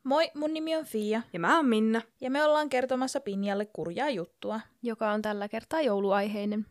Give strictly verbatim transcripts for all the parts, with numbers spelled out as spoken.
Moi, mun nimi on Fia. Ja mä oon Minna. Ja me ollaan kertomassa Pinjalle kurjaa juttua. Joka on tällä kertaa jouluaiheinen.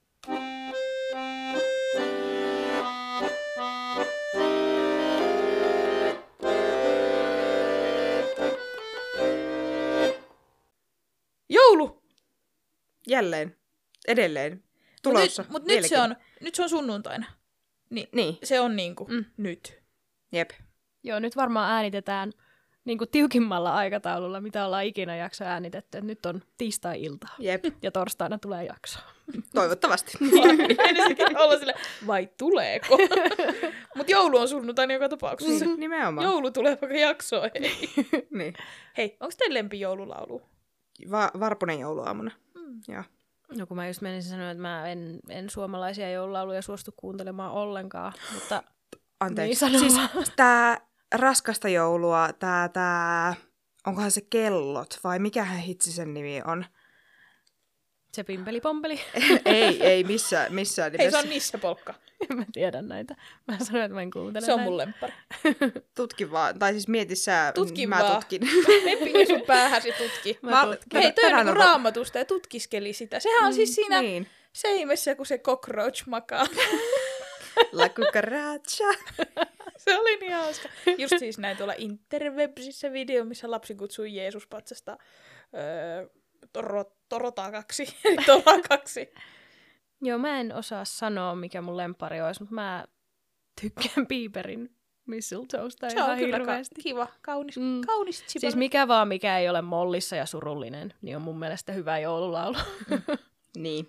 Joulu! Jälleen. Edelleen. Tulossa. Mutta nyt, mut nyt, se on, nyt se on sunnuntaina. Ni, niin. Se on niinku Mm. nyt. Jep. Joo, nyt varmaan äänitetään niin kuin tiukimmalla aikataululla, mitä ollaan ikinä jakso äänitetty. Et nyt on tiistai-ilta Jep. ja torstaina tulee jakso. Toivottavasti. Ensinnäkin olla sille, vai tuleeko? Mut joulu on sunnuntaina joka tapauksessa. Niin, nimenomaan. Joulu tulee vaikka jaksoa, hei. Niin. Hei, onko teillä lempijoululaulu? Va- Varpunen jouluaamuna. Mm. Joo. No kun mä just menisin sanoa, että mä en, en suomalaisia joululauluja suostu kuuntelemaan ollenkaan, mutta Anteeksi. niin siis sanomaan. tää raskasta joulua, tää, tää, onkohan se Kellot vai mikähän hitsi sen nimi on? Se pimpeli-pompeli. ei, ei missään, missään Hei, nimessä. se on Nisse-polkka. En mä tiedä näitä. Mä sanoin, että mä en kuuntele Se on näitä. mun lemppari. Tutki vaan, tai siis mieti sä, Tutki mä vaan. tutkin. Ne pii sun päähäsi tutki. Mä Mä- tutkin. Hei, toi on tänään niinku on- raamatusta ja tutkiskeli sitä. Sehän on siis siinä Niin. seimessä, kun se cockroach makaa. La cucaracha. Se oli niin hauska. Just siis näin tuolla interwebsissä video, missä lapsi kutsui Jeesuspatsasta öö, toro, torotakaksi, eli torakaksi. Joo, mä en osaa sanoa, mikä mun lemppari olisi, mutta mä tykkään Bieberin mistletoesta Se ihan on kyllä ka- hirveästi. kiva, kaunis, Mm. kaunis chipari. Siis mikä vaan, mikä ei ole mollissa ja surullinen, niin on mun mielestä hyvä joululaulu. Niin.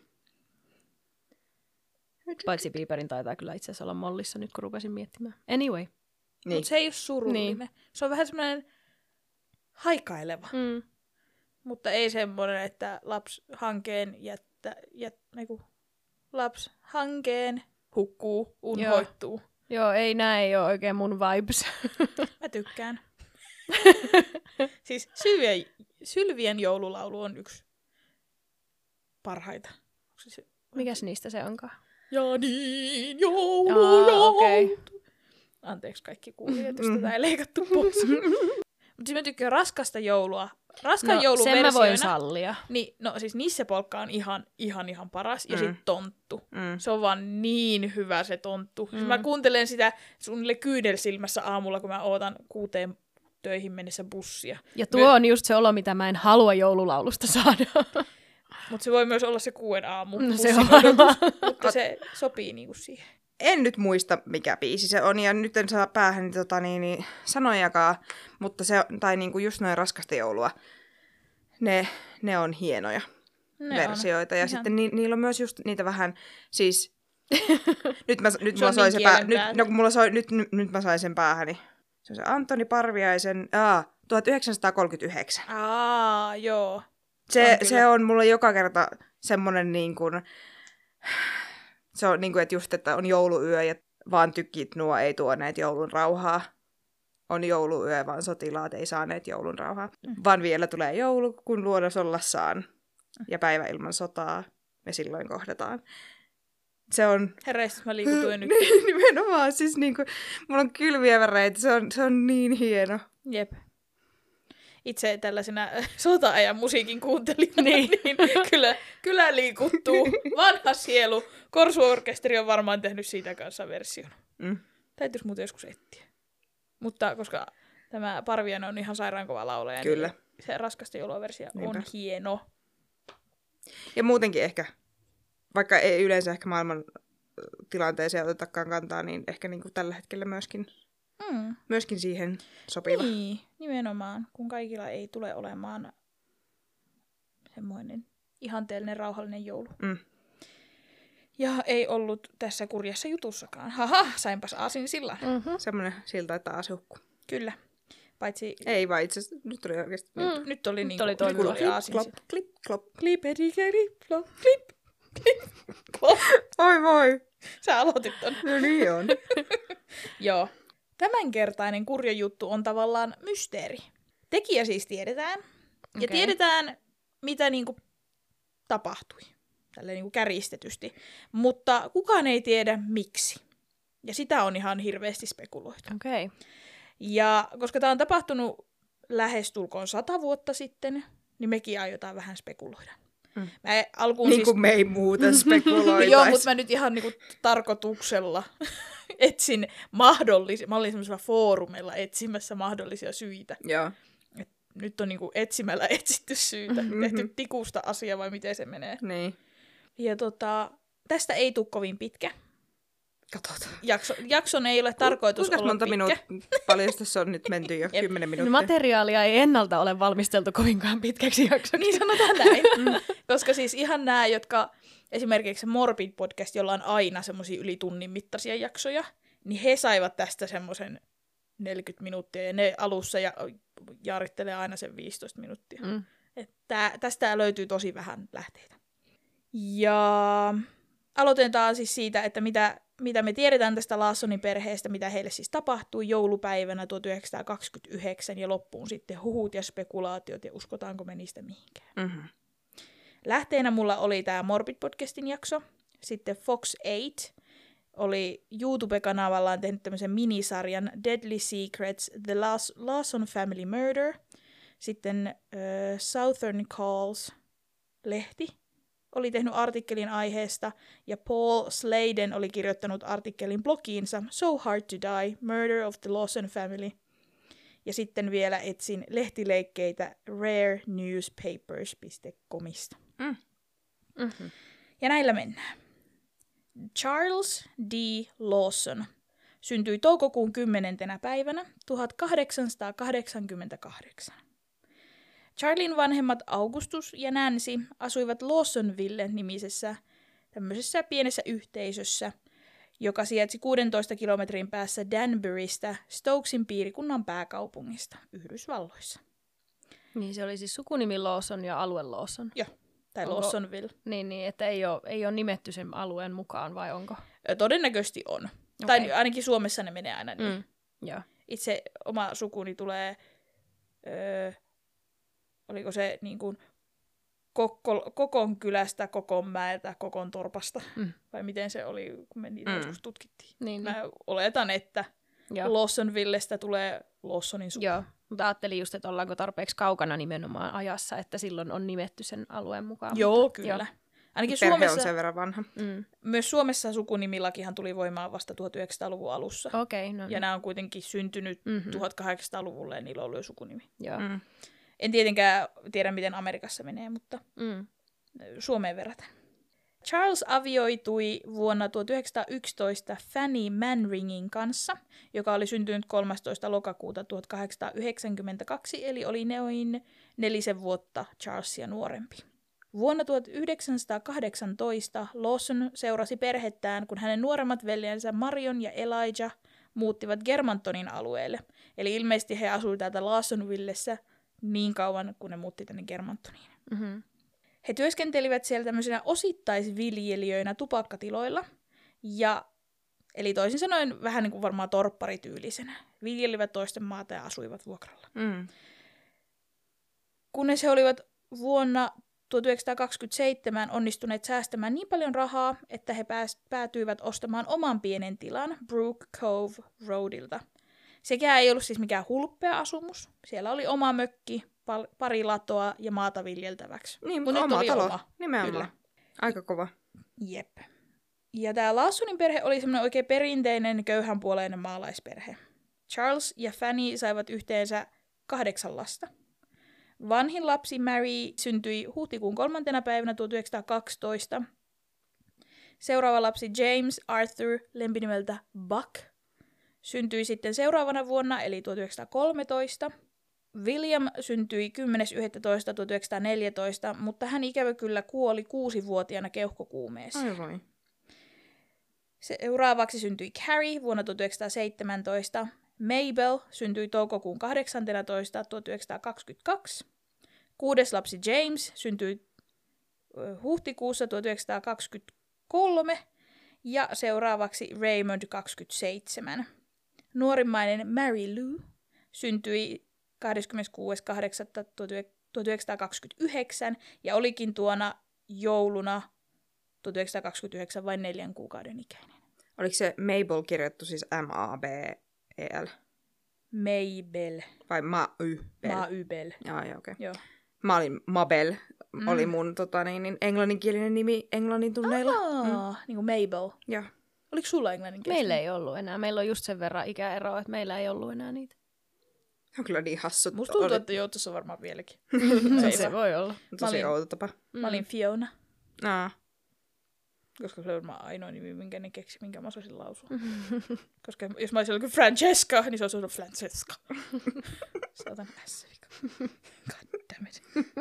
Paitsi Bieberin taitaa kyllä itse asiassa olla mollissa nyt, kun rupesin miettimään. Anyway. Niin. Mutta se ei ole surullinen. Niin. Se on vähän semmoinen haikaileva. Mm. Mutta ei semmoinen, että lapsi hankeen jättä, jät, niinku, lapsi hankeen hukkuu, unhoittuu. Joo, ei nää ei ole oikein mun vibes. Mä tykkään. Siis Sylvien, Sylvien joululaulu on yksi parhaita. Onko se se? Mikäs niistä se onkaan? Ja niin joulu, Aa, okei. joulu. Anteeksi kaikki kuulijat, jos tätä ei leikattu pois. Mutta siis mä tykkään raskasta joulua. Raskaan No, joulun sen mä voin versioina. sallia. Niin, no siis Nissepolkka on ihan, ihan, ihan paras. Ja Mm. sit Tonttu. Mm. Se on vaan niin hyvä se Tonttu. Mm. Mm. Mä kuuntelen sitä suunnilleen kyynelsilmässä aamulla, kun mä ootan kuuteen töihin mennessä bussia. Ja tuo on just se olo, mitä mä en halua joululaulusta saada. Mutta se voi myös olla se kuuden aamu No, se bussin on odotus, varmaan. mutta se sopii niinku siihen. En nyt muista, mikä biisi se on, ja nyt en saa päähän tota, niin, niin, sanojakaan, mutta se, tai niinku just noin raskasta joulua, ne, ne on hienoja Ne versioita. on. Ja Ihan- sitten ni, niillä on myös just niitä vähän, siis, nyt, mä, nyt Se mulla on soi niin se pää, kielen nyt, päällä. no kun mulla soi, nyt, nyt, nyt mä sain sen päähäni. Se on se Antoni Parviaisen, aa, tuhatyhdeksänsataakolmekymmentäyhdeksän. Aa, joo. Se, On kyllä. se on mulla joka kerta semmonen niin kuin, se on niin kuin, että just, että on jouluyö ja vaan tykit nuo ei tuoneet joulun rauhaa. On jouluyö, vaan sotilaat ei saaneet joulun rauhaa. Mm. Vaan vielä tulee joulu, kun luodas olla saan. Ja päivä ilman sotaa me silloin kohdataan. Se on Herreistis mä liikutuin nyt. nimenomaan siis niin kuin, mulla on kylmiä väreitä, se on, se on niin hieno. Jep. Itse tällaisena sota-ajan musiikin kuuntelijana, niin, niin kyllä, kyllä liikuttuu. Vanha sielu. Korsuorkesteri on varmaan tehnyt siitä kanssa version. Mm. Täytyisi muuten joskus etsiä. Mutta koska tämä Parviainen on ihan sairaankova laulaja, Kyllä. niin se raskasta jouluversio on Niinpä. hieno. Ja muutenkin ehkä, vaikka ei yleensä ehkä maailman tilanteeseen otetakaan kantaa, niin ehkä niin kuin tällä hetkellä myöskin, Mm. myöskin siihen sopiva. Niin, nimenomaan, kun kaikilla ei tule olemaan semmoinen ihanteellinen rauhallinen joulu. Mm. Ja ei ollut tässä kurjassa jutussakaan. Haha, sainpas aasin sillä. Mm-hmm. Semmoinen siltä, että asukku. Kyllä. Paitsi Ei vaan itse asiassa, nyt oli oikeasti. Mm. nyt oli Nyt niinku, oli nyt toimiva. oli aasin Klop, sillä. klip, klop. Klipedi, klip, klop, klip, klip, klop. Oi voi. Sä aloitit ton. No niin on. Joo. Tämänkertainen kurja juttu on tavallaan mysteeri. Tekijä siis tiedetään. Ja Okei. tiedetään, mitä niinku tapahtui. Tälleen niinku kärjistetysti. Mutta kukaan ei tiedä miksi. Ja sitä on ihan hirveästi spekuloitu. Okei. Okay. Ja koska tämä on tapahtunut lähestulkoon sata vuotta sitten, niin mekin aiotaan vähän spekuloida. Mm. Mä alkuun Niin siis... kuin me ei muuten spekuloitais. Joo, mutta mä nyt ihan niinku tarkoituksella etsin mahdollisia, mä olin semmoisella foorumilla etsimässä mahdollisia syitä. Joo. Et nyt on niinku etsimällä etsitty syytä, Mm-hmm. tehty tikusta asia vai miten se menee. Niin. Ja tota, tästä ei tule kovin pitkä. Katsotaan. Jakso, jakson ei ole tarkoitus Kuinka olla monta pitkä. minuuttia? Paljon tässä on nyt menty jo? Kymmenen minuuttia. Materiaalia ei ennalta ole valmisteltu kovinkaan pitkäksi jaksoksi. Niin sanotaan näin. Koska siis ihan nämä, jotka esimerkiksi Morbid Podcast, jolla on aina semmoisia yli tunnin mittaisia jaksoja, niin he saivat tästä semmoisen neljäkymmentä minuuttia ja ne alussa ja jaarittelee aina sen viisitoista minuuttia. Mm. Että tästä löytyy tosi vähän lähteitä. Ja aloitetaan siis siitä, että mitä, mitä me tiedetään tästä Lawsonin perheestä, mitä heille siis tapahtui joulupäivänä tuhatyhdeksänsataakaksikymmentäyhdeksän ja loppuun sitten huhut ja spekulaatiot ja uskotaanko me niistä mihinkään. Mm-hmm. Lähteenä mulla oli tämä Morbid Podcastin jakso, sitten Fox kahdeksan oli YouTube-kanavallaan tehnyt tämmöisen minisarjan Deadly Secrets, The Lawson Family Murder, sitten äh, Southern Calls-lehti oli tehnyt artikkelin aiheesta, ja Paul Sladen oli kirjoittanut artikkelin blogiinsa So Hard to Die, Murder of the Lawson Family. Ja sitten vielä etsin lehtileikkeitä rare newspapers piste comista. Mm. Mm-hmm. Ja näillä mennään. Charles D. Lawson syntyi toukokuun kymmenentenä päivänä tuhatkahdeksansataakahdeksankymmentäkahdeksan. Charlien vanhemmat Augustus ja Nancy asuivat Lawsonville-nimisessä tämmöisessä pienessä yhteisössä, joka sijaitsi kuudentoista kilometrin päässä Danburystä, Stokesin piirikunnan pääkaupungista Yhdysvalloissa. Niin se oli siis sukunimi Lawson ja alue Lawson. Joo, tai Onko- Lawsonville. Niin, niin että ei ole, ei ole nimetty sen alueen mukaan, vai onko? Ö, Todennäköisesti on. Okei. Tai ainakin Suomessa ne menee aina niin. Mm. Joo. Itse oma sukuni tulee, öö, oliko se niin kuin Kokko, Kokon kylästä, Kokonmäeltä, Kokon torpasta. Mm. Vai miten se oli, kun me niitä Mm. joskus tutkittiin. Niin, niin. Mä oletan, että Joo. Lawsonvillestä tulee Lawsonin suku. Joo, mutta ajattelin just, että ollaanko tarpeeksi kaukana nimenomaan ajassa, että silloin on nimetty sen alueen mukaan. Joo, mutta- kyllä. Joo. Ainakin Perhe Suomessa, on sen verran vanha. Mm. myös Suomessa sukunimilakihan tuli voimaan vasta tuhatyhdeksänsataaluvun alussa. Okei, okay, no Ja niin. nämä on kuitenkin syntynyt Mhm. tuhatkahdeksansataaluvulla ja niillä on ollut jo sukunimi. Joo. Mm. En tietenkään tiedä, miten Amerikassa menee, mutta Mm. Suomeen verraten. Charles avioitui vuonna tuhatyhdeksänsataayksitoista Fanny Manringin kanssa, joka oli syntynyt kolmastoista lokakuuta tuhatkahdeksansataayhdeksänkymmentäkaksi, eli oli noin nelisen vuotta Charlesia nuorempi. Vuonna tuhatyhdeksänsataakahdeksantoista Lawson seurasi perhettään, kun hänen nuoremmat veljensä Marion ja Elijah muuttivat Germantonin alueelle. Eli ilmeisesti he asuivat täältä Lawsonvillessä niin kauan, kun ne muutti tänne Germantoniin. Mm-hmm. He työskentelivät siellä tämmöisenä osittaisviljelijöinä tupakkatiloilla, ja, eli toisin sanoen vähän niin kuin varmaan torpparityylisenä. Viljelivät toisten maata ja asuivat vuokralla. Mm. Kunnes he olivat vuonna tuhatyhdeksänsataakaksikymmentäseitsemän onnistuneet säästämään niin paljon rahaa, että he pääs, päätyivät ostamaan oman pienen tilan Brook Cove Roadilta. Sekään ei ollut siis mikään hulppea asumus. Siellä oli oma mökki, pal- pari latoa ja maata viljeltäväksi. Niin, Mut nyt oma oli talo. oma. Nimenomaan. Kyllä. Aika kova. Jep. Ja tämä Lawsonin perhe oli semmoinen oikein perinteinen köyhänpuoleinen maalaisperhe. Charles ja Fanny saivat yhteensä kahdeksan lasta. Vanhin lapsi Mary syntyi huhtikuun kolmantena päivänä tuhatyhdeksänsataakaksitoista. Seuraava lapsi James Arthur, lempinimeltä Buck, syntyi sitten seuraavana vuonna, eli tuhatyhdeksänsataakolmetoista. William syntyi kymmenes yhdestoista tuhatyhdeksänsataaneljätoista, mutta hän ikävä kyllä kuoli kuusivuotiaana keuhkokuumeeseen. Ai voi. Seuraavaksi syntyi Carrie vuonna tuhatyhdeksänsataaseitsemäntoista. Mabel syntyi toukokuun kahdeksannentoista tuhatyhdeksänsataakaksikymmentäkaksi. Kuudes lapsi James syntyi ö, huhtikuussa tuhatyhdeksänsataakaksikymmentäkolme ja seuraavaksi Raymond kaksikymmentäseitsemän. Nuorimmainen Mary Lou syntyi kahdeskymmeneskuudes kahdeksatta tuhatyhdeksänsataakaksikymmentäyhdeksän ja olikin tuona jouluna tuhatyhdeksänsataakaksikymmentäyhdeksän vain neljän kuukauden ikäinen. Oliko se Mabel kirjoittu siis M A B E L? Maybell. Vai Maybell? Maybell. Jaa, joo, okei. Okay. Joo. Mä olin Mabel, Mm. oli mun tota, niin, niin, englanninkielinen nimi englannin tunneilla. Aa, mm. niin kuin Mabel. Joo. Oliko sulla englanninkielistä? Meillä ei ollut enää. Meillä on just sen verran ikäeroa, että meillä ei ollut enää niitä. Se on kyllä niin hassu. Musta tuntuu, oli... että Joutussa on varmaan vieläkin. se, Ei se vaan. voi olla. Tosi olin- outo tapa. Mä olin Fiona, Aa. koska se oli varmaan ainoa nimi, minkä ne keksi, minkä mä osasin lausua. Koska jos mä olisin ollut Francesca, niin se olisi ollut Francesca. Saatan ässivika. Goddammit.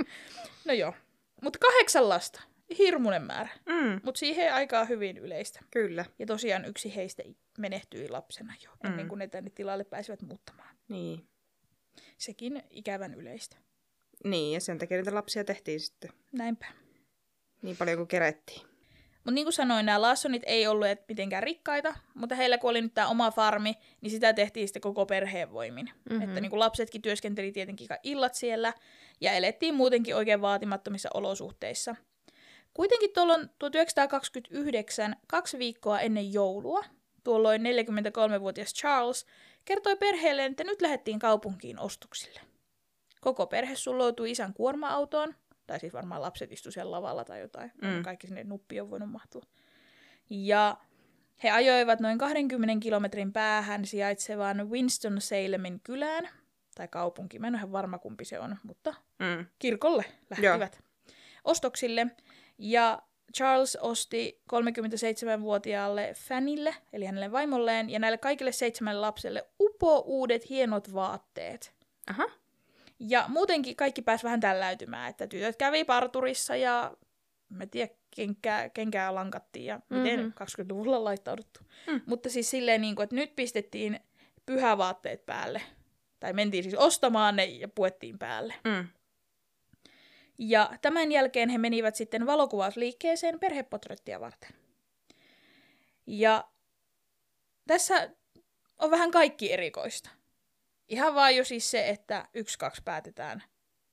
No joo. Mutta kahdeksan lasta. Hirmuinen määrä. Mm, Mutta siihen aikaan hyvin yleistä. kyllä. Ja tosiaan yksi heistä menehtyi lapsena jo, Mm. ennen kuin ne tänne tilalle pääsivät muuttamaan. Niin. Sekin ikävän yleistä. Niin, ja sen takia niitä lapsia tehtiin sitten Näinpä. niin paljon kuin kerettiin. Mutta niin kuin sanoin, nämä Larsonit ei ollut mitenkään rikkaita, mutta heillä kun oli nyt tämä oma farmi, niin sitä tehtiin sitten koko perheen voimin. Mm-hmm. Että niin kuin lapsetkin työskenteli tietenkin illat siellä ja elettiin muutenkin oikein vaatimattomissa olosuhteissa. Kuitenkin tuolloin tuhatyhdeksänsataakaksikymmentäyhdeksän, kaksi viikkoa ennen joulua, tuolloin neljäkymmentäkolmevuotias Charles kertoi perheelle, että nyt lähdettiin kaupunkiin ostoksille. Koko perhe sulloutui isän kuorma-autoon, tai siis varmaan lapset istu siellä lavalla tai jotain. Mm. Kaikki sinne nuppiin on voinut mahtua. Ja he ajoivat noin kahdenkymmenen kilometrin päähän sijaitsevan Winston-Salemin kylään, tai kaupunki, mä en ole ihan varma kumpi se on, mutta Mm. kirkolle lähtivät ostoksille. Ja Charles osti kolmekymmentäseitsemänvuotiaalle Fannylle, eli hänelle vaimolleen, ja näille kaikille seitsemälle lapselle upouudet hienot vaatteet. Aha. Ja muutenkin kaikki pääsi vähän tälläytymään, että tytöt kävi parturissa ja mä tiedän, kenkää, kenkää lankattiin ja miten Mhm. kaksikymmentäluvulla on laittauduttu. Mm. Mutta siis silleen, niin kuin, että nyt pistettiin pyhävaatteet päälle. Tai mentiin siis ostamaan ne ja puettiin päälle. Mm. Ja tämän jälkeen he menivät sitten valokuvausliikkeeseen perhepotrettia varten. Ja tässä on vähän kaikki erikoista. Ihan vaan jo siis se, että yksi, kaksi päätetään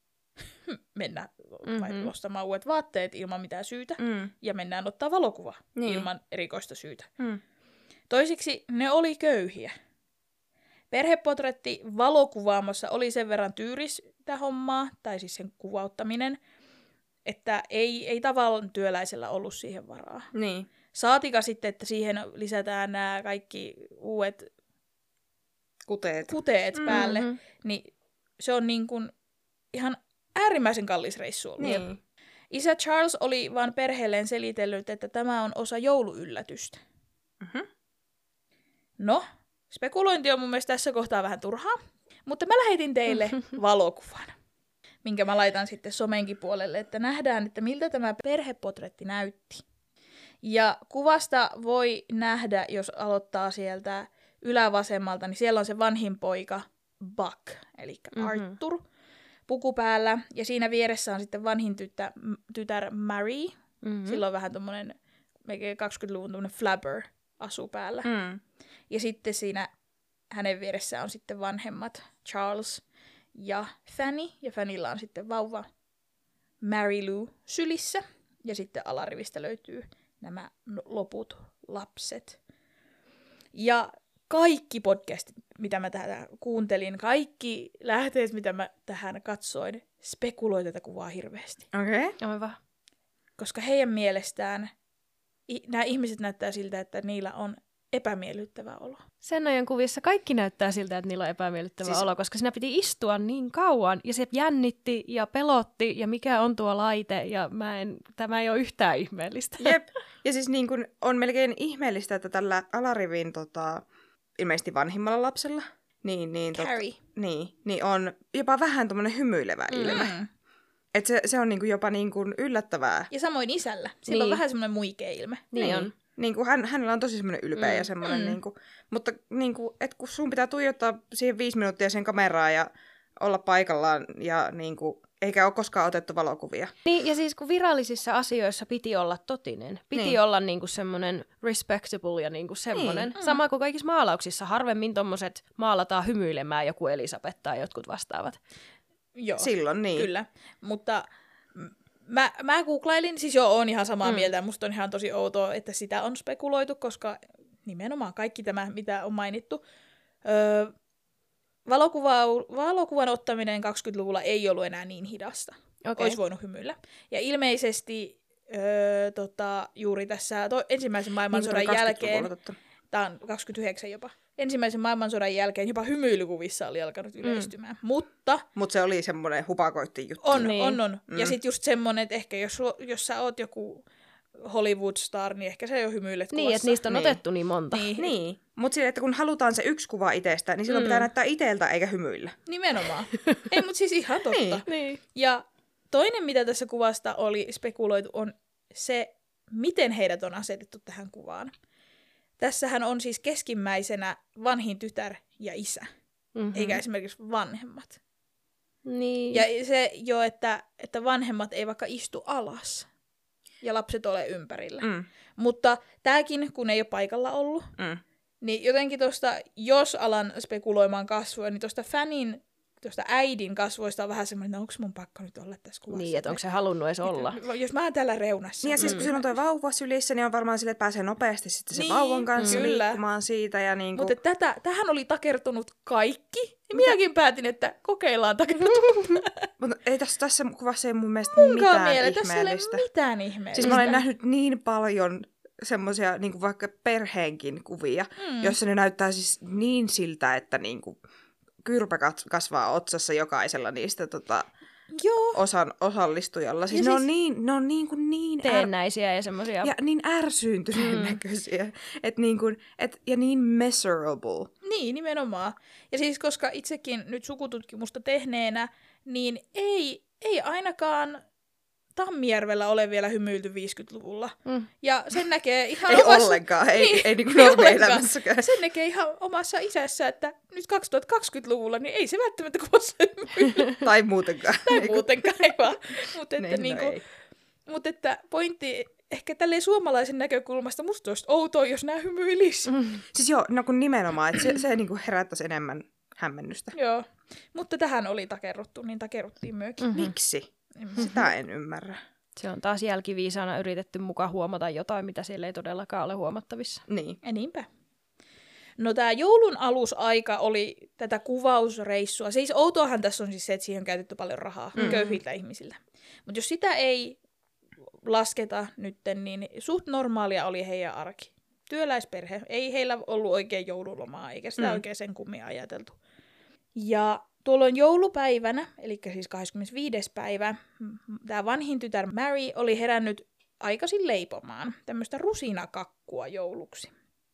mennä Mhm. mm-hmm. ostamaan uudet vaatteet ilman mitään syytä. Mm. Ja mennään ottaa valokuva Niin. ilman erikoista syytä. Mm. Toisiksi ne oli köyhiä. Perhepotretti valokuvaamossa oli sen verran tyyristä hommaa, tai siis sen kuvauttaminen, että ei, ei tavallaan työläisellä ollut siihen varaa. Niin. Saatika sitten, että siihen lisätään nämä kaikki uudet Kuteet. kuteet päälle, Mhm. niin se on niin kuin ihan äärimmäisen kallis reissu ollut. Niin. Isä Charles oli vaan perheelleen selitellyt, että tämä on osa jouluyllätystä. Mhm. No, spekulointi on mun mielestä tässä kohtaa vähän turhaa, mutta mä lähetin teille valokuvan, minkä mä laitan sitten somenkin puolelle, että nähdään, että miltä tämä perhepotretti näytti. Ja kuvasta voi nähdä, jos aloittaa sieltä ylävasemmalta, niin siellä on se vanhin poika Buck, eli Mhm. Arthur, puku päällä. Ja siinä vieressä on sitten vanhin tytär, tytär Mary. Mhm. Sillä on vähän tommonen melkein kaksikymmentäluvun tommonen flabber asu päällä. Mm. Ja sitten siinä hänen vieressä on sitten vanhemmat Charles ja Fanny. Ja Fannylla on sitten vauva Mary Lou sylissä. Ja sitten alarivistä löytyy nämä no- loput lapset. Ja kaikki podcastit, mitä mä tähän kuuntelin, kaikki lähteet, mitä mä tähän katsoin, spekuloi tätä kuvaa hirveästi. Okei. Okay. Aivan. Koska heidän mielestään i- nämä ihmiset näyttää siltä, että niillä on epämiellyttävä olo. Sen ajan kuvissa kaikki näyttää siltä, että niillä on epämiellyttävä Siis- siis... olo, koska siinä piti istua niin kauan, ja se jännitti ja pelotti, ja mikä on tuo laite, ja mä en, tämä ei ole yhtään ihmeellistä. Jep. Ja siis niin kun on melkein ihmeellistä, että tällä alarivin tota, ilmeisesti vanhimmalla lapsella, niin, niin, tot, Carrie. niin, niin on jopa vähän tommonen hymyilevä ilme. Mm. Et se, se on niinku jopa niinku yllättävää. Ja samoin isällä. Sillä on Niin. vähän semmoinen muikea ilme. Niin on. Niinku hän, hänellä on tosi semmoinen ylpeä Mm. ja semmoinen, Mm. niinku, mutta niinku, et kun sun pitää tuijottaa siihen viisi minuuttia sen kameraan ja olla paikallaan ja niinku, eikä ole koskaan otettu valokuvia. Niin, ja siis kun virallisissa asioissa piti olla totinen, piti Niin. niin. olla niinku semmoinen respectable ja niinku semmoinen. Niin. Niin. Sama kuin kaikissa maalauksissa. Harvemmin tommoset maalataan hymyilemään joku Elisabeth tai jotkut vastaavat. Joo, Silloin niin. kyllä. Mutta m- mä, mä googlailin, siis joo, on ihan samaa mm. Mm. mieltä. Musta on ihan tosi outoa, että sitä on spekuloitu, koska nimenomaan kaikki tämä, mitä on mainittu, öö, valokuva, valokuvan ottaminen kaksikymmentäluvulla ei ollut enää niin hidasta. Okay. Olisi voinut hymyillä. Ja ilmeisesti öö, tota, juuri tässä to, ensimmäisen maailmansodan niin, jälkeen, tämä on kaksikymmentäyhdeksän jopa, ensimmäisen maailmansodan jälkeen jopa hymyilykuvissa oli alkanut yleistymään. Mm. Mutta Mut se oli semmoinen hupakoitti juttu. On, niin. on, on. Mm. Ja sitten just semmoinen, että ehkä jos, jos sä oot joku Hollywood-star, niin ehkä sä jo hymyilet Niin, kuvassa. että niistä on Niin. otettu niin monta. Niin, Niin, mutta sille, että kun halutaan se yksi kuva itsestä, niin silloin Mm. pitää näyttää iteltä eikä hymyillä. nimenomaan. Ei, mutta siis ihan totta. Niin. Niin. Ja toinen, mitä tässä kuvasta oli spekuloitu, on se, miten heidät on asetettu tähän kuvaan. Tässähän on siis keskimmäisenä vanhin tytär ja isä, Mm-hmm. eikä esimerkiksi vanhemmat. Niin. Ja se jo, että, että vanhemmat ei vaikka istu alas ja lapset ole ympärillä. Mm. Mutta tämäkin, kun ei ole paikalla ollut, Mm. niin jotenkin tuosta, jos alan spekuloimaan kasvoja, niin tuosta fanin, tuosta äidin kasvoista on vähän semmoinen, että onko mun pakko nyt olla tässä kuvassa. Niin, että onko se halunnut edes olla. Jos mä oon täällä reunassa. Niin ja siis kun siinä on toi vauva sylissä, niin on varmaan sille, että pääsee nopeasti sitten se Niin, vauvan kanssa kyllä. liikkumaan siitä. Ja niinku... Mutta tätä, tähän oli takertunut kaikki. Ja minäkin päätin, että kokeillaan takertunut. Mutta ei tässä, tässä kuvassa ei mun mielestä Munkaan mitään mielestä tässä ei ole ihmeellistä. mitään ihmeellistä. Siis mä olen nähnyt niin paljon semmoisia niinku vaikka perheenkin kuvia, Mm. jossa ne näyttää siis niin siltä, että niinku kyrpä kat- kasvaa otsassa jokaisella niistä tota, Joo. osan, osallistujalla. Siis Ja ne, siis- on niin, ne on niin, kuin niin, är- Teennäisiä ja semmosia. ja niin ärsyyntyneen Mm. näköisiä. Et niin kuin, et, ja niin miserable. Niin, nimenomaan. Ja siis koska itsekin nyt sukututkimusta tehneenä, niin ei, ei ainakaan Tammijärvellä ole vielä hymyilty viisikymmentäluvulla. Mm. Ja sen näkee ihan Ei omassa... ollenkaan, ei, Niin, ei, niin ei normielämässäkään. Sen näkee ihan omassa isässä, että nyt kaksituhattakaksikymmentäluvulla niin ei se välttämättä kuvassa hymyile. Tai muutenkaan. Tai Niinku- muutenkaan ei vaan. Mutta että, Niin, niin no kuin, ei. mut että pointti ehkä tälleen suomalaisen näkökulmasta musta olisi outoa, jos nämä hymyilis. Mm. Siis joo, no kun nimenomaan, että se, se niinku herättäisi enemmän hämmennystä. Joo. Mutta tähän oli takerruttu, niin takerruttiin myökin. Mhm. Miksi? Mm-hmm. Sitä en ymmärrä. Se on taas jälkiviisaana yritetty mukaan huomata jotain, mitä siellä ei todellakaan ole huomattavissa. Niin. Ja niinpä. No tämä joulun alusaika oli tätä kuvausreissua. Siis outoahan tässä on siis se, että siihen on käytetty paljon rahaa Mm. köyhiltä ihmisiltä. Mutta jos sitä ei lasketa nytten, niin suht normaalia oli heidän arki. Työläisperhe. Ei heillä ollut oikein joululomaa, eikä sitä Mm. oikein sen kummin ajateltu. Ja tuolloin joulupäivänä, eli siis kahdeskymmenesviides päivä, tämä vanhin tytär Mary oli herännyt aikaisin leipomaan tämmöistä rusinakakkua jouluksi.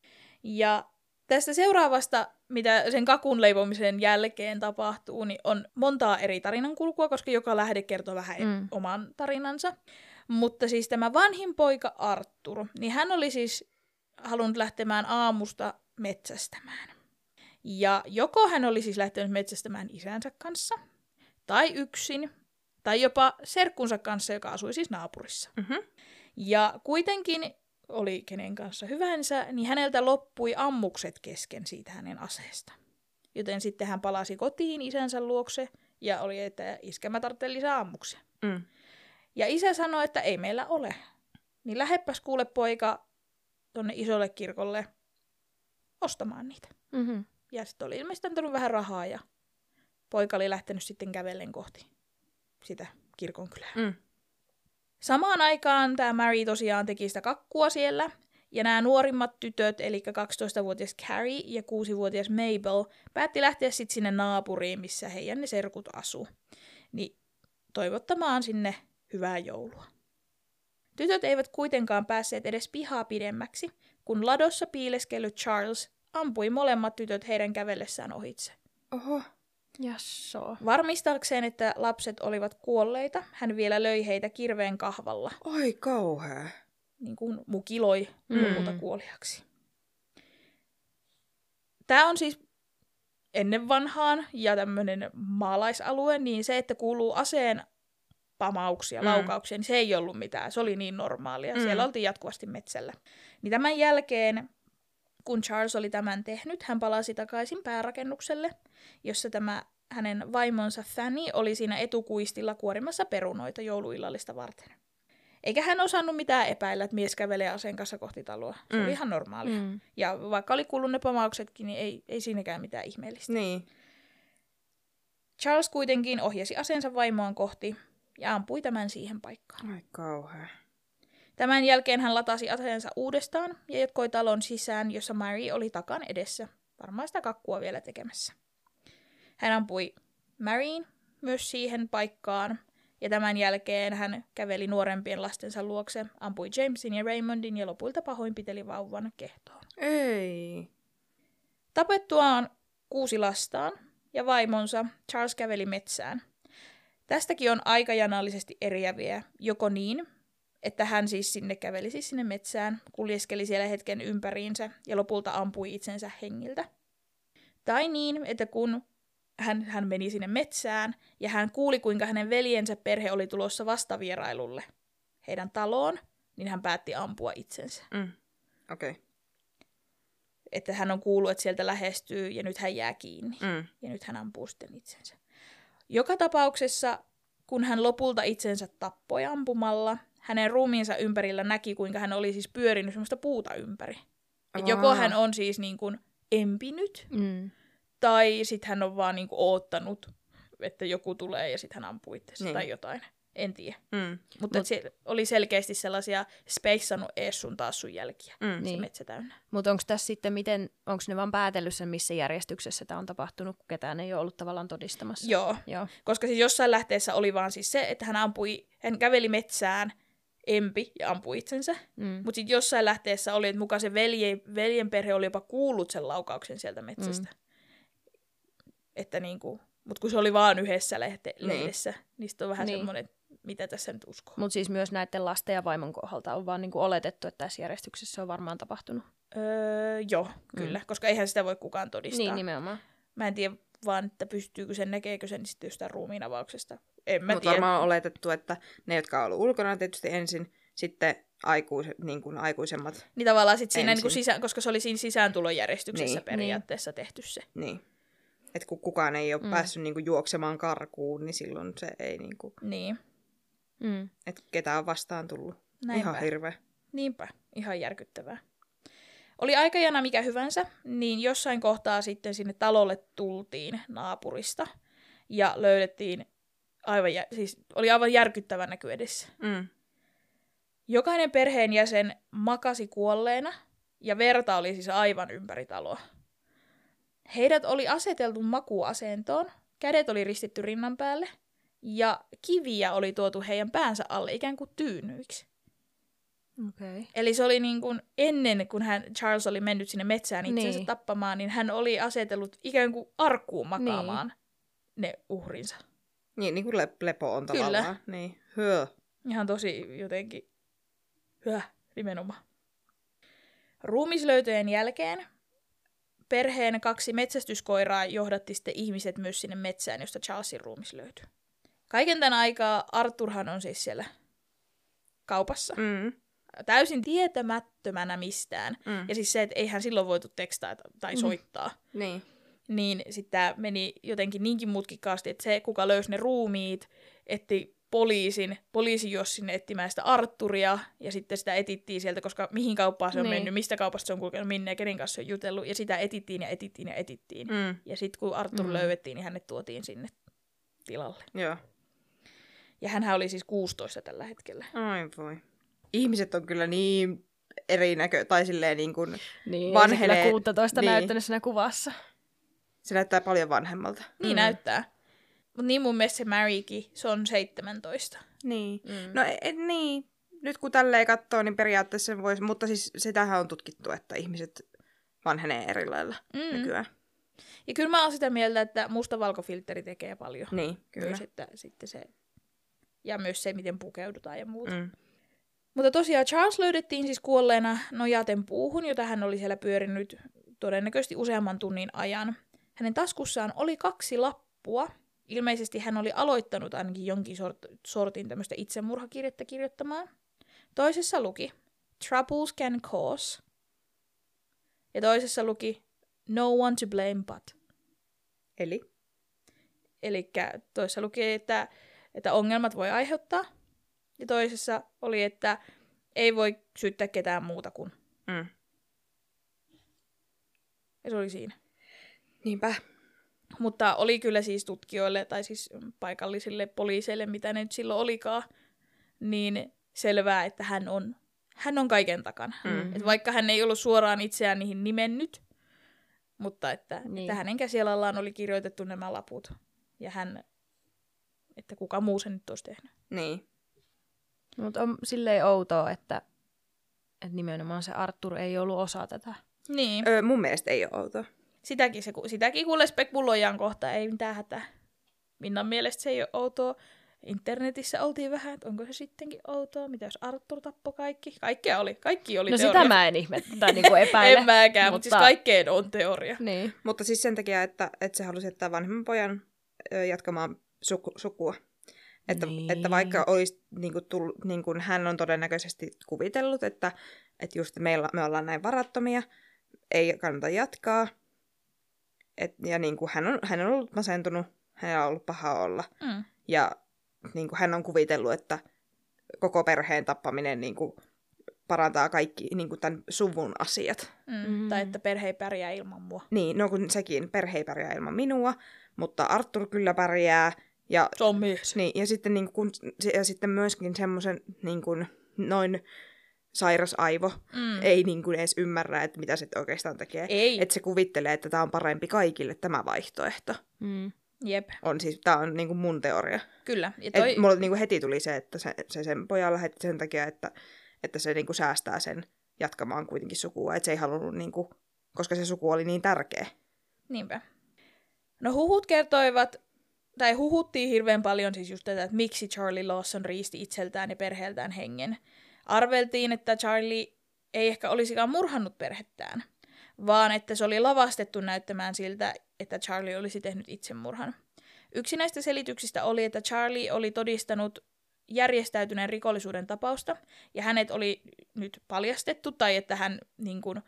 Ja tästä seuraavasta, mitä sen kakun leipomisen jälkeen tapahtuu, niin on montaa eri tarinankulkua, koska joka lähde kertoo vähän Mm. oman tarinansa. Mutta siis tämä vanhin poika Arthur, niin hän oli siis halunnut lähtemään aamusta metsästämään. Ja joko hän oli siis lähtenyt metsästämään isänsä kanssa, tai yksin, tai jopa serkkunsa kanssa, joka asui siis naapurissa. Mm-hmm. Ja kuitenkin oli kenen kanssa hyvänsä, niin häneltä loppui ammukset kesken siitä hänen aseesta. Joten sitten hän palasi kotiin isänsä luokse ja oli, että iskä mä tarvitsen lisää ammuksia. Mm. Ja isä sanoi, että ei meillä ole. Niin lähdepäs kuule poika tonne isolle kirkolle ostamaan niitä. Mm-hmm. Ja sitten oli ilmeisesti antanut vähän rahaa ja poika oli lähtenyt sitten kävellen kohti sitä kirkonkylää. Mm. Samaan aikaan tämä Mary tosiaan teki sitä kakkua siellä, ja nämä nuorimmat tytöt, eli kaksitoistavuotias Carrie ja kuusivuotias Mabel, päätti lähteä sitten sinne naapuriin, missä heidän ne serkut asuu, niin toivottamaan sinne hyvää joulua. Tytöt eivät kuitenkaan päässeet edes pihaa pidemmäksi, kun ladossa piileskellyt Charles ampui molemmat tytöt heidän kävellessään ohitse. Oho. Jasso. Varmistaakseen, että lapset olivat kuolleita, hän vielä löi heitä kirveen kahvalla, Oi kauhea. niin kuin mukiloi Mm. lopulta kuoliaksi. Tämä on siis ennen vanhaan ja tämmöinen maalaisalue, niin se, että kuuluu aseen pamauksia, Mm. laukauksia, niin se ei ollut mitään. Se oli niin normaalia. Mm. Siellä oltiin jatkuvasti metsällä. Niin tämän jälkeen, kun Charles oli tämän tehnyt, hän palasi takaisin päärakennukselle, jossa tämä hänen vaimonsa Fanny oli siinä etukuistilla kuorimassa perunoita jouluillallista varten. Eikä hän osannut mitään epäillä, että mies kävelee aseen kanssa kohti taloa. Se Mm. oli ihan normaalia. Mm. Ja vaikka oli kuullut ne pamauksetkin, niin ei, ei siinäkään mitään ihmeellistä. Niin. Charles kuitenkin ohjasi aseensa vaimoaan kohti ja ampui tämän siihen paikkaan. Ai kauhea. Tämän jälkeen hän latasi aseensa uudestaan ja jatkoi talon sisään, jossa Mary oli takan edessä, varmaan sitä kakkua vielä tekemässä. Hän ampui Maryin myös siihen paikkaan, ja tämän jälkeen hän käveli nuorempien lastensa luokse, ampui Jamesin ja Raymondin ja lopulta pahoinpiteli vauvan kehtoon. Ei. Tapettuaan kuusi lastaan ja vaimonsa, Charles käveli metsään. Tästäkin on aikajanallisesti eriäviä, joko niin, että hän siis sinne käveli siis sinne metsään, kuljeskeli siellä hetken ympäriinsä ja lopulta ampui itsensä hengiltä. Tai niin, että kun hän, hän meni sinne metsään ja hän kuuli, kuinka hänen veljensä perhe oli tulossa vastavierailulle heidän taloon, niin hän päätti ampua itsensä. Mm. Okei. Okay. Että hän on kuullut, että sieltä lähestyy ja nyt hän jää kiinni. Mm. Ja nyt hän ampuu sitten itsensä. Joka tapauksessa, kun hän lopulta itsensä tappoi ampumalla, hänen ruumiinsa ympärillä näki, kuinka hän oli siis pyörinyt semmoista puuta ympäri. Et joko hän on siis niin kuin empinyt, Mm. tai sitten hän on vaan niin kuin oottanut, että joku tulee ja sitten hän ampuu itsensä Niin. tai jotain. En tiedä. Mm. Mutta Mut, se oli selkeästi sellaisia speissannut ees sun taas sun jälkiä. Mm. Se Niin. metsä täynnä. Mutta onko tässä sitten, miten, onko ne vaan päätellyt sen, missä järjestyksessä tämä on tapahtunut, kun ketään ei ole ollut tavallaan todistamassa? Joo. Joo. Koska siis jossain lähteessä oli vaan siis se, että hän ampui, hän käveli metsään, empi ja ampui itsensä. Mm. Mutta sitten jossain lähteessä oli, että mukaan se velje, veljen perhe oli jopa kuullut sen laukauksen sieltä metsästä. Mm. Että niinku, mutta kun se oli vaan yhdessä lehte, Niin. lehdessä, niin sitten on vähän Niin. semmoinen, mitä tässä nyt uskoo. Mutta siis myös näiden lasten ja vaimon kohdalta on vaan niinku oletettu, että tässä järjestyksessä on varmaan tapahtunut. Öö, joo, kyllä, mm. koska eihän sitä voi kukaan todistaa. Niin, nimenomaan. Mä en tiedä vaan, että pystyykö sen, näkeekö sen sitten jostain ruumiinavauksesta. En mä Mutta tiedä. varmaan on oletettu, että ne, jotka on ollut ulkona tietysti ensin, sitten aikuiset, niin kuin aikuisemmat. Niin tavallaan sit siinä ensin. niinku sisään, koska se oli siinä sisääntulojärjestyksessä Niin. periaatteessa tehty se. Niin. Että kun kukaan ei ole Mm. mm. päässyt niin kuin juoksemaan karkuun, niin silloin se ei niin kuin, Niin, Mm. että ketä on vastaan tullut. näinpä. Ihan hirveä. Niinpä, ihan järkyttävää. Oli aikajana mikä hyvänsä, niin jossain kohtaa sitten sinne talolle tultiin naapurista ja löydettiin aivan, jä- siis oli aivan järkyttävä näky edessä. Mm. Jokainen perheenjäsen makasi kuolleena ja verta oli siis aivan ympäri taloa. Heidät oli aseteltu makuuasentoon, kädet oli ristitty rinnan päälle ja kiviä oli tuotu heidän päänsä alle ikään kuin tyynyiksi. Okay. Eli se oli niin kuin ennen, kun hän, Charles oli mennyt sinne metsään itsensä Niin. tappamaan, niin hän oli asetellut ikään kuin arkkuun makaamaan niin. ne uhrinsa. Niin, niin kuin le- lepo on Kyllä. tavallaan. Niin. Hyö. Ihan tosi jotenkin hyvä nimenomaan. Ruumislöytöjen jälkeen perheen kaksi metsästyskoiraa johdatti sitten ihmiset myös sinne metsään, josta Charlesin ruumis löytyi. Kaiken tämän aikaa Arthurhan on siis siellä kaupassa. Mm. Täysin tietämättömänä mistään. Mm. Ja siis se, että eihän silloin voitu tekstaita tai soittaa. Mm. Niin. Niin sitten tämä meni jotenkin niinkin mutkikkaasti, että se, kuka löysi ne ruumiit, etti poliisin, poliisi juosi sinne etsimään sitä Arthuria, ja sitten sitä etittiin sieltä, koska mihin kauppaan se on Niin. mennyt, mistä kaupasta se on kulkenut, minne ja kenen kanssa se on jutellut, ja sitä etittiin ja etittiin ja etittiin. Mm. Ja sitten kun Arthur Mm. löydettiin, niin hänet tuotiin sinne tilalle. Joo. Ja hänhän oli siis kuusitoista tällä hetkellä. Ai voi. Ihmiset on kyllä niin erinäkö, tai silleen niin kuin, Niin, vanhenee. ei se kyllä kuusitoista Niin. näyttänyt siinä kuvassa. se näyttää paljon vanhemmalta. Niin Mm. näyttää. Mutta niin mun mielestä se Marykin, se on seitsemäntoista. Niin. Mm. No e- niin. Nyt kun tälleen katsoo, niin periaatteessa sen voisi, mutta siis sitähän on tutkittu, että ihmiset vanhenee eri lailla Mm. nykyään. Ja kyllä mä oon sitä mieltä, että mustavalkofiltteri tekee paljon. Niin, kyllä. Myös, että sitten se, ja myös se, miten pukeudutaan ja muuta. Mm. Mutta tosiaan Charles löydettiin siis kuolleena nojaten puuhun, jota hän oli siellä pyörinyt todennäköisesti useamman tunnin ajan. Hänen taskussaan oli kaksi lappua. Ilmeisesti hän oli aloittanut ainakin jonkin sort- sortin tämmöistä itsemurhakirjettä kirjoittamaan. Toisessa luki Troubles can cause. Ja toisessa luki No one to blame but. Eli? Eli toisessa luki, että, että ongelmat voi aiheuttaa. Ja toisessa oli, että ei voi syyttää ketään muuta kuin. Mm. Ja se oli siinä. Niinpä. Mutta oli kyllä siis tutkijoille tai siis paikallisille poliiseille, mitä ne nyt silloin olikaan, niin selvää, että hän on, hän on kaiken takana. Mm-hmm. Et vaikka hän ei ollut suoraan itseään niihin nimennyt, mutta että, Niin. että hänen käsialallaan oli kirjoitettu nämä laput. Ja hän, että kuka muu sen nyt olisi tehnyt. Niin. Mutta on silleen outoa, että, että nimenomaan se Arthur ei ollut osa tätä. Niin. Öö, mun mielestä ei ole outoa. Sitäkin, se, sitäkin kuule spekuloidaan kohta, ei mitään hätää. Minnan mielestä se ei ole outoa. Internetissä oltiin vähän, että onko se sittenkin outoa, mitä jos Arthur tappoi kaikki. Kaikkea oli, kaikki oli No teoria. sitä mä en ihmettä tai niinku epäile. En mäkään, mutta... mutta siis kaikkeen on teoria. Niin. Mutta siis sen takia, että, että se halusi jättää vanhemman pojan ö, jatkamaan suku, sukua. Että, Niin. että vaikka olisi, niin kuin tullut, niin kuin hän on todennäköisesti kuvitellut, että, että just meillä, me ollaan näin varattomia, ei kannata jatkaa. Et, ja niin kuin hän, on, hän on ollut masentunut, hänellä on ollut paha olla. Mm. Ja niin kuin hän on kuvitellut, että koko perheen tappaminen niin kuin parantaa kaikki niin kuin tämän suvun asiat. Mm. Mm. Tai että perhe ei pärjää ilman mua. Niin, no kun sekin, perhe ei pärjää ilman minua, mutta Arthur kyllä pärjää. Ja, Se on mies. niin, ja, sitten, niin kun, ja sitten myöskin semmoisen niin kun, noin sairas aivo Mm. ei niin kun edes ymmärrä, että mitä se oikeastaan tekee. Ei. Että se kuvittelee, että tämä on parempi kaikille, tämä vaihtoehto. Mm. Jep, On siis, tämä on niin kun mun teoria. kyllä. Ja Toi... toi... Et, mulla niin kun heti tuli se, että se, se sen pojan lähetti sen takia, että, että se niin kun säästää sen jatkamaan kuitenkin sukua. Että se ei halunnut, niin kun, koska se suku oli niin tärkeä. Niinpä. No huhut kertoivat, tai huhuttiin hirveän paljon siis just tätä, että miksi Charlie Lawson riisti itseltään ja perheeltään hengen. Arveltiin, että Charlie ei ehkä olisikaan murhannut perhettään, vaan että se oli lavastettu näyttämään siltä, että Charlie olisi tehnyt itsemurhan. Yksi näistä selityksistä oli, että Charlie oli todistanut järjestäytyneen rikollisuuden tapausta, ja hänet oli nyt paljastettu, tai että hän, niin kuin,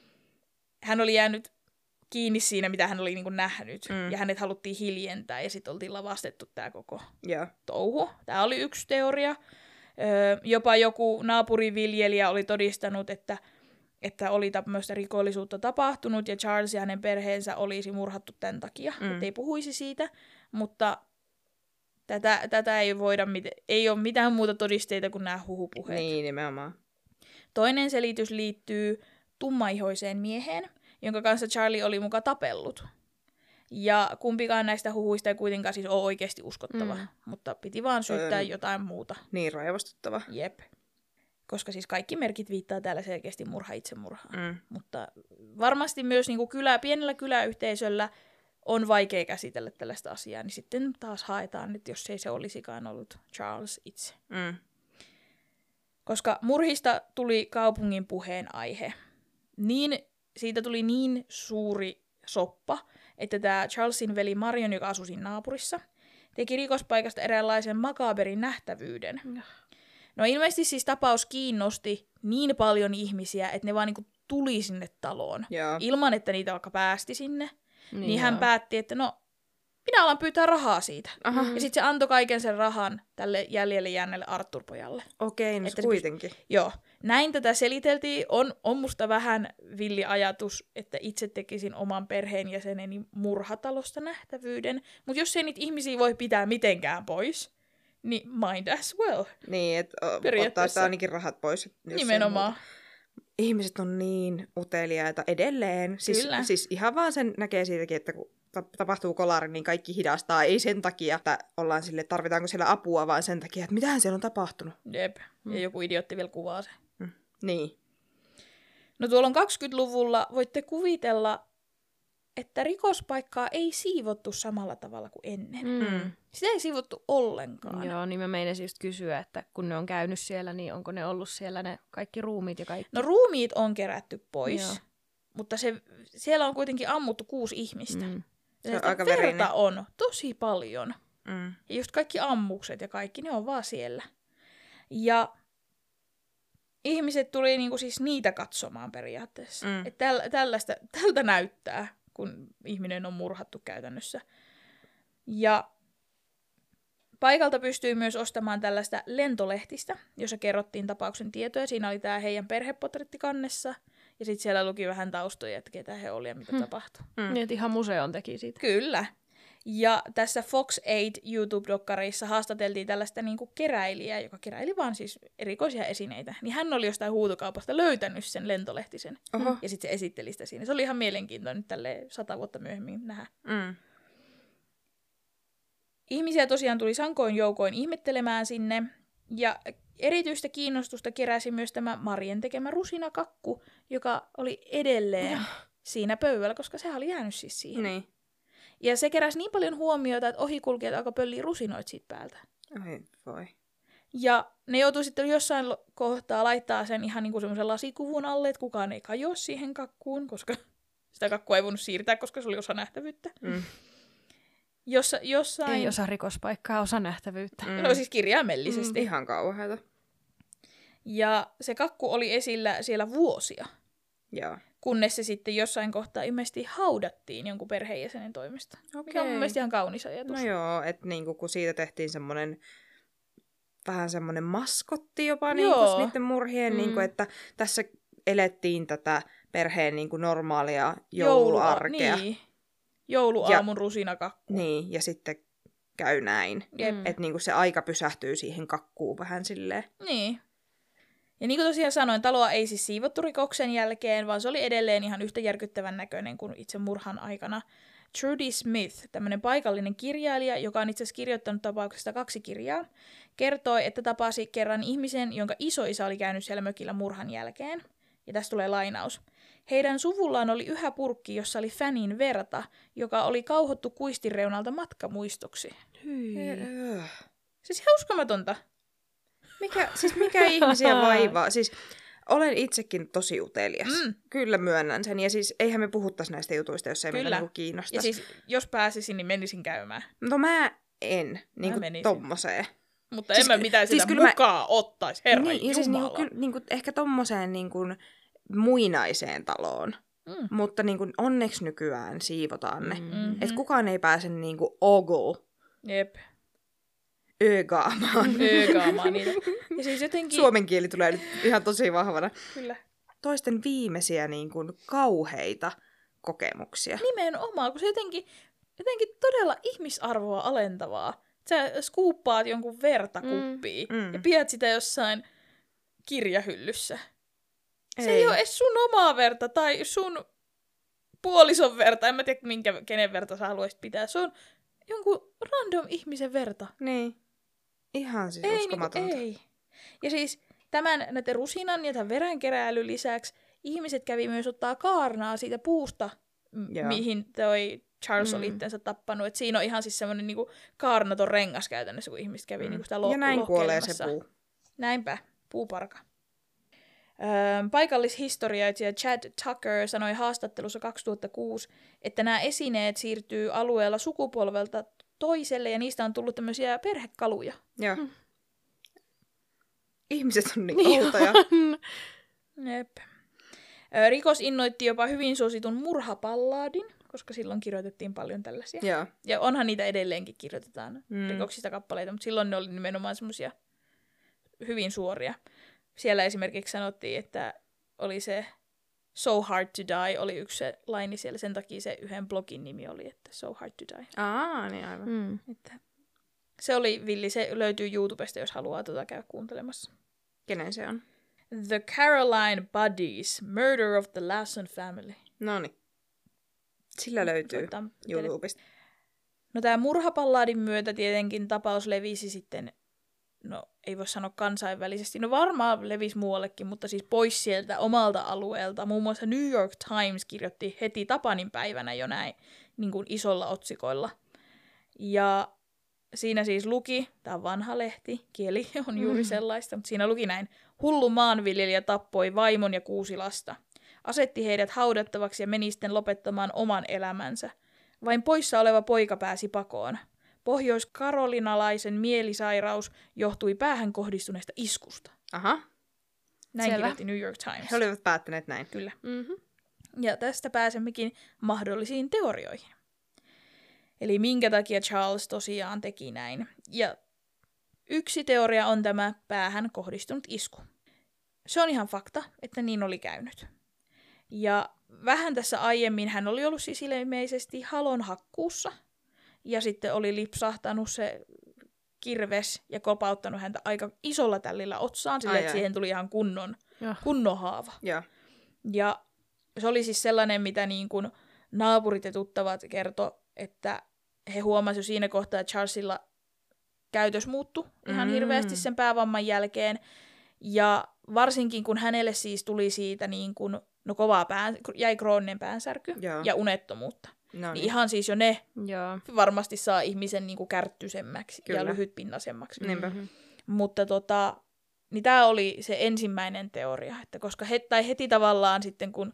hän oli jäänyt kiinni siinä, mitä hän oli niin kuin nähnyt, Mm. ja hänet haluttiin hiljentää, ja sitten oltiin lavastettu tämä koko Joo. touhu. Tämä oli yksi teoria. Öö, jopa joku naapuriviljelijä oli todistanut, että, että oli tämmöistä rikollisuutta tapahtunut, ja Charles ja hänen perheensä olisi murhattu tämän takia, Mm. ettei puhuisi siitä, mutta tätä, tätä ei voida, ei ole mitään muuta todisteita kuin nämä huhupuheet. Niin, nimenomaan. Toinen selitys liittyy tummaihoiseen mieheen, jonka kanssa Charlie oli muka tapellut. Ja kumpikaan näistä huhuista ei kuitenkaan siis ole oikeasti uskottava, Mm. mutta piti vaan syyttää Öö, jotain muuta. Niin raivostuttava. Jep. Koska siis kaikki merkit viittaa täällä selkeästi murha-itsemurhaan. Mm. Mutta varmasti myös niin kuin kylä, pienellä kyläyhteisöllä on vaikea käsitellä tällaista asiaa, niin sitten taas haetaan, että jos ei se olisikaan ollut Charles itse. Mm. Koska murhista tuli kaupungin puheenaihe. Niin, siitä tuli niin suuri soppa, että tämä Charlesin veli Marion, joka asui siinä naapurissa, teki rikospaikasta eräänlaisen makaberin nähtävyyden. No ilmeisesti siis tapaus kiinnosti niin paljon ihmisiä, että ne vaan niinku tuli sinne taloon. Joo. Ilman, että niitä vaikka päästi sinne. Niin, niin hän joo. päätti, että no, minä alan pyytää rahaa siitä. Aha. Ja sitten se antoi kaiken sen rahan tälle jäljelle jääneelle Arthur-pojalle. Okei, no Että se kuitenkin. Joo, näin tätä seliteltiin. On, on musta vähän villi ajatus, että itse tekisin oman perheenjäseneni murhatalosta nähtävyyden. Mutta jos ei niitä ihmisiä voi pitää mitenkään pois, niin mind as well. Niin, että ottaa Periaatteessa. sitä ainakin rahat pois. jos ei Nimenomaan. muuta. Ihmiset on niin uteliaita edelleen. Siis, Kyllä. siis ihan vaan sen näkee siitäkin, että kun ta- tapahtuu kolari, niin kaikki hidastaa. Ei sen takia, että ollaan sille, tarvitaanko siellä apua, vaan sen takia, että mitähän siellä on tapahtunut. Jep, ja joku idiootti vielä kuvaa se. Mm. Niin. No tuolla on kaksikymmentäluvulla, voitte kuvitella, että rikospaikkaa ei siivottu samalla tavalla kuin ennen. Mm. Sitä ei siivottu ollenkaan. Joo, niin mä meinasin just kysyä, että kun ne on käynyt siellä, niin onko ne ollut siellä ne kaikki ruumiit ja kaikki? No ruumiit on kerätty pois, Joo. mutta se, siellä on kuitenkin ammuttu kuusi ihmistä. Mm. Se on Sitä aika verta verinen. on tosi paljon. Mm. Ja just kaikki ammukset ja kaikki, ne on vaan siellä. Ja ihmiset tuli niinku siis niitä katsomaan periaatteessa. Mm. Että täl, tällaista, tältä näyttää, kun ihminen on murhattu käytännössä. Ja paikalta pystyy myös ostamaan tällaista lentolehtistä, jossa kerrottiin tapauksen tietoja. Siinä oli tämä heidän perhepotretti kannessa. Ja sitten siellä luki vähän taustoja, että ketä he oli ja mitä hmm. tapahtui. Mm. Niin, että ihan museon teki siitä. Kyllä. Ja tässä Fox kahdeksan YouTube-dokkarissa haastateltiin tällaista niinku keräilijää, joka keräili vaan siis erikoisia esineitä. Niin hän oli jostain huutokaupasta löytänyt sen lentolehtisen. Oho. Ja sitten se esitteli sitä siinä. Se oli ihan mielenkiintoinen nyt tälleen sata vuotta myöhemmin nähdä. Mm. Ihmisiä tosiaan tuli sankoin joukoin ihmettelemään sinne. Ja erityistä kiinnostusta keräsi myös tämä Marien tekemä rusinakakku, joka oli edelleen ja. siinä pöydällä, koska se oli jäänyt siis siihen. Niin. Ja se keräsi niin paljon huomiota, että ohikulkijat alkoi pölliä rusinoit siitä päältä. Oi voi. Ja ne joutui sitten jossain kohtaa laittaa sen ihan niin kuin semmoisen lasikuvun alle, että kukaan ei kajoa siihen kakkuun, koska sitä kakkua ei voinut siirtää, koska se oli osa nähtävyyttä. Mm. Jossa, jossain... Ei osa rikospaikkaa, osa nähtävyyttä. Mm. No siis kirjaimellisesti. Mm, ihan kauheata. Ja se kakku oli esillä siellä vuosia. Joo. Kunnes se sitten jossain kohtaa ilmeisesti haudattiin jonkun perheenjäsenen toimesta. Okay. Mikä on mun mielestä ihan kaunis ajatus. No joo, että niinku, kun siitä tehtiin semmoinen vähän semmoinen maskotti jopa niinku, niiden murhien, mm. niinku, että tässä elettiin tätä perheen niinku, normaalia jouluarkea. Niin. Jouluaamun ja, rusinakakku. Niin, ja sitten käy näin. Mm. Että niinku, se aika pysähtyy siihen kakkuun vähän silleen. Niin. Ja niin kuin tosiaan sanoin, taloa ei siis siivottu rikoksen jälkeen, vaan se oli edelleen ihan yhtä järkyttävän näköinen kuin itse murhan aikana. Trudy Smith, tämmöinen paikallinen kirjailija, joka on itse asiassa kirjoittanut tapauksesta kaksi kirjaa, kertoi, että tapasi kerran ihmisen, jonka isoisä oli käynyt siellä mökillä murhan jälkeen. Ja tästä tulee lainaus. Heidän suvullaan oli yhä purkki, jossa oli Fannin verta, joka oli kauhottu kuistin reunalta matkamuistoksi. Hyi. Siis ihan uskomatonta. Mikä, siis mikä ihmisiä vaivaa? Siis olen itsekin tosi utelias. Mm. Kyllä myönnän sen. Ja siis eihän me puhuttaisi näistä jutuista, jos ei meitä niinku kiinnostaisi. Ja siis jos pääsisin, niin menisin käymään. No mä en niinku tommoseen. Mutta siis, en mä mitään sitä siis mukaan mä... ottaisi, herra niin, Jumala. Ja siis niinku, kyllä, niinku, ehkä tommoseen niinku muinaiseen taloon. Mm. Mutta niinku, onneksi nykyään siivotaan ne. Mm-hmm. Että kukaan ei pääse niinku ogle. Jep. Ögaamaan. Ögaamaan niitä. Ja siis jotenkin... Suomen kieli tulee nyt ihan tosi vahvana. Kyllä. Toisten viimeisiä niin kuin, kauheita kokemuksia. Nimenomaan, kun se jotenkin, jotenkin todella ihmisarvoa alentavaa. Sä skuuppaat jonkun verta kuppiin mm, mm. ja pidät sitä jossain kirjahyllyssä. Ei. Se ei ole edes sun omaa verta tai sun puolison verta. En mä tiedä, minkä, kenen verta sä haluaisit pitää. Se on jonkun random ihmisen verta. Niin. Ihan siis ei, uskomatonta. Niin, ei. Ja siis tämän näiden rusinan ja tämän verenkeräilyn lisäksi ihmiset kävi myös ottaa kaarnaa siitä puusta, m- mihin toi Charles mm. oli itsensä tappanut. Et siinä on ihan siis semmoinen niinku kaarnaton rengas käytännössä, kun ihmiset kävi mm. niinku sitä lo- ja näin kuolee se puu. Näinpä, puuparka. Öö, paikallishistorioitsija Chad Tucker sanoi haastattelussa kaksituhattakuusi, että nämä esineet siirtyy alueella sukupolvelta toiselle, ja niistä on tullut tämmöisiä perhekaluja. Joo. Hmm. Ihmiset on niin outoja. Jep. Rikos innoitti jopa hyvin suositun murhapalladin, koska silloin kirjoitettiin paljon tällaisia. Joo. Ja onhan niitä edelleenkin kirjoitetaan mm. rikoksista kappaleita, mutta silloin ne oli nimenomaan semmoisia hyvin suoria. Siellä esimerkiksi sanottiin, että oli se So Hard to Die, oli yksi se laini siellä, sen takia se yhden blogin nimi oli, että So Hard to Die. Aa, niin aivan. Mm. Että se oli villi, se löytyy YouTubesta, jos haluaa tuota käydä kuuntelemassa. Kenen se on? The Caroline Buddies, Murder of the Lawson Family. Noniin. Sillä löytyy YouTubesta. No tämä murhapalladin myötä tietenkin tapaus levisi sitten, no ei voi sanoa kansainvälisesti, no varmaan levisi muuallekin, mutta siis pois sieltä omalta alueelta. Muun muassa New York Times kirjoitti heti Tapanin päivänä jo näin niin kuin isolla otsikoilla. Ja siinä siis luki, tämä on vanha lehti, kieli on juuri sellaista, mutta siinä luki näin: hullu maanviljelijä tappoi vaimon ja kuusi lasta. Asetti heidät haudattavaksi ja meni sitten lopettamaan oman elämänsä. Vain poissa oleva poika pääsi pakoon. Pohjois-karolinalaisen mielisairaus johtui päähän kohdistuneesta iskusta. Aha. Näin Selvä. Kirjoitti New York Times. He olivat päättäneet näin. Kyllä. Mm-hmm. Ja tästä pääsemmekin mahdollisiin teorioihin. Eli minkä takia Charles tosiaan teki näin. Ja yksi teoria on tämä päähän kohdistunut isku. Se on ihan fakta, että niin oli käynyt. Ja vähän tässä aiemmin hän oli ollut siis ilmeisesti halon hakkuussa. Ja sitten oli lipsahtanut se kirves ja kopauttanut häntä aika isolla tällillä otsaan, sillä että siihen tuli ihan kunnon, kunnon haava. Ja. ja se oli siis sellainen, mitä niin kuin naapurit ja tuttavat kertoi, että he huomasivat jo siinä kohtaa, että Charlesilla käytös muuttui ihan mm. hirveästi sen päävamman jälkeen. Ja varsinkin kun hänelle siis tuli siitä niin kuin, no kovaa pään, jäi krooninen päänsärky ja, ja unettomuutta. No niin. Niin ihan siis jo ne ja. varmasti saa ihmisen niin kuin kärttyisemmäksi Kyllä. ja lyhytpinnasemmaksi. Mm-hmm. Mutta tota, niin tämä oli se ensimmäinen teoria, että koska he, tai heti tavallaan sitten kun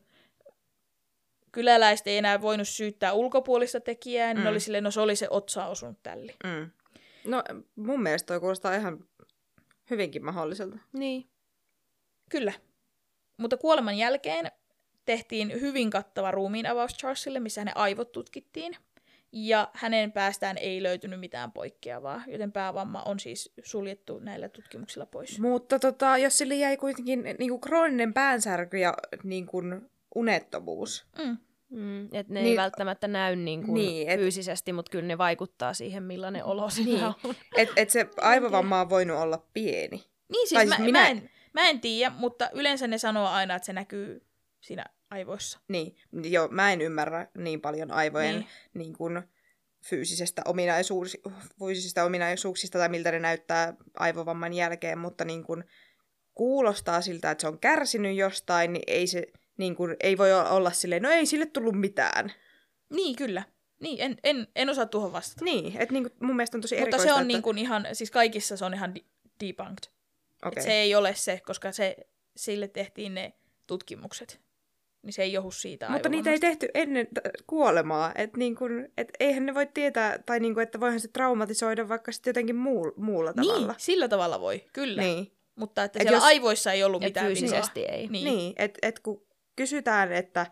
kyläläiset ei enää voinut syyttää ulkopuolista tekijää, niin mm. oli silleen, no se oli se otsa osunut tälli. Mm. No mun mielestä toi kuulostaa ihan hyvinkin mahdolliselta. Niin. Kyllä. Mutta kuoleman jälkeen tehtiin hyvin kattava ruumiinavaus Charlesille, missä hänen aivot tutkittiin. Ja hänen päästään ei löytynyt mitään poikkeavaa, joten päävamma on siis suljettu näillä tutkimuksilla pois. Mutta tota, jos sille jäi kuitenkin niin kuin krooninen päänsärky ja niin kuin unettomuus. Mm. Mm, että ne niin, ei välttämättä näy niin kuin niin, et, fyysisesti, mutta kyllä ne vaikuttaa siihen, millainen olo sillä niin, on. Että et se aivovamma on voinut olla pieni. Niin siis, siis mä, minä... mä, en, mä en tiedä, mutta yleensä ne sanoo aina, että se näkyy siinä aivoissa. Niin, joo, mä en ymmärrä niin paljon aivojen niin. Niin kuin fyysisestä ominaisuus, fyysisistä ominaisuuksista tai miltä ne näyttää aivovamman jälkeen, mutta niin kuin kuulostaa siltä, että se on kärsinyt jostain, niin ei se... Niin kuin, ei voi olla silleen, no ei sille tullut mitään. Niin, kyllä. Niin, en, en, en osaa tuohon vastata. Niin, että niin mun mielestä on tosi erikoista. Mutta se on että... niin kuin ihan, siis kaikissa se on ihan de- debunked. Okay. Se ei ole se, koska se, sille tehtiin ne tutkimukset. Niin se ei johdu siitä Mutta niitä ei tehty ennen kuolemaa. Että niin kuin, et eihän ne voi tietää, tai niin kuin, että voihan se traumatisoida vaikka sitten jotenkin muu, muulla tavalla. Niin, sillä tavalla voi, kyllä. Niin. Mutta että et siellä jos... aivoissa ei ollut et mitään fyysisesti vinoa. ei. Niin, niin että et kun kysytään, että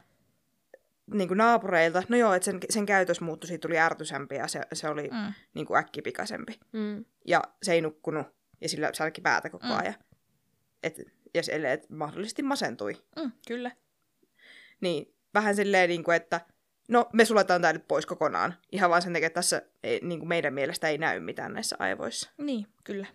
niin kuin naapureilta, no joo, että sen, sen käytös muuttui, siitä tuli ärtysämpi ja se, se oli mm. niin kuin äkkipikaisempi. Mm. Ja se ei nukkunut ja sillä särki päätä koko mm. ajan. Et, ja se et mahdollisesti masentui. Mm, kyllä. Niin, vähän silleen, niin kuin, että no me suletaan tää nyt pois kokonaan. Ihan vaan sen takia, että tässä ei, niin kuin meidän mielestä ei näy mitään näissä aivoissa. Niin, kyllä.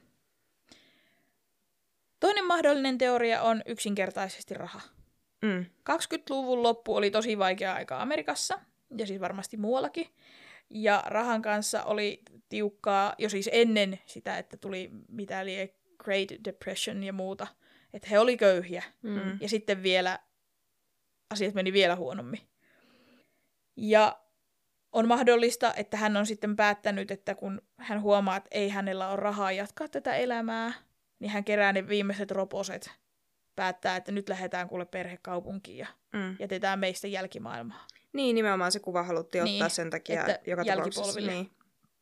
Toinen mahdollinen teoria on yksinkertaisesti raha. Mm. kaksikymmentäluvun loppu oli tosi vaikea aika Amerikassa, ja siis varmasti muuallakin. Ja rahan kanssa oli tiukkaa jo siis ennen sitä, että tuli mitä lie Great Depression ja muuta. Että he oli köyhiä. Mm. Ja sitten vielä asiat meni vielä huonommin. Ja on mahdollista, että hän on sitten päättänyt, että kun hän huomaa, että ei hänellä ole rahaa jatkaa tätä elämää, niin hän kerää ne viimeiset roposet. Päättää, että nyt lähdetään kuule perhekaupunkiin ja mm. jätetään meistä jälkimaailmaa. Niin, nimenomaan se kuva haluttiin niin, ottaa sen takia joka tapauksessa. Niin.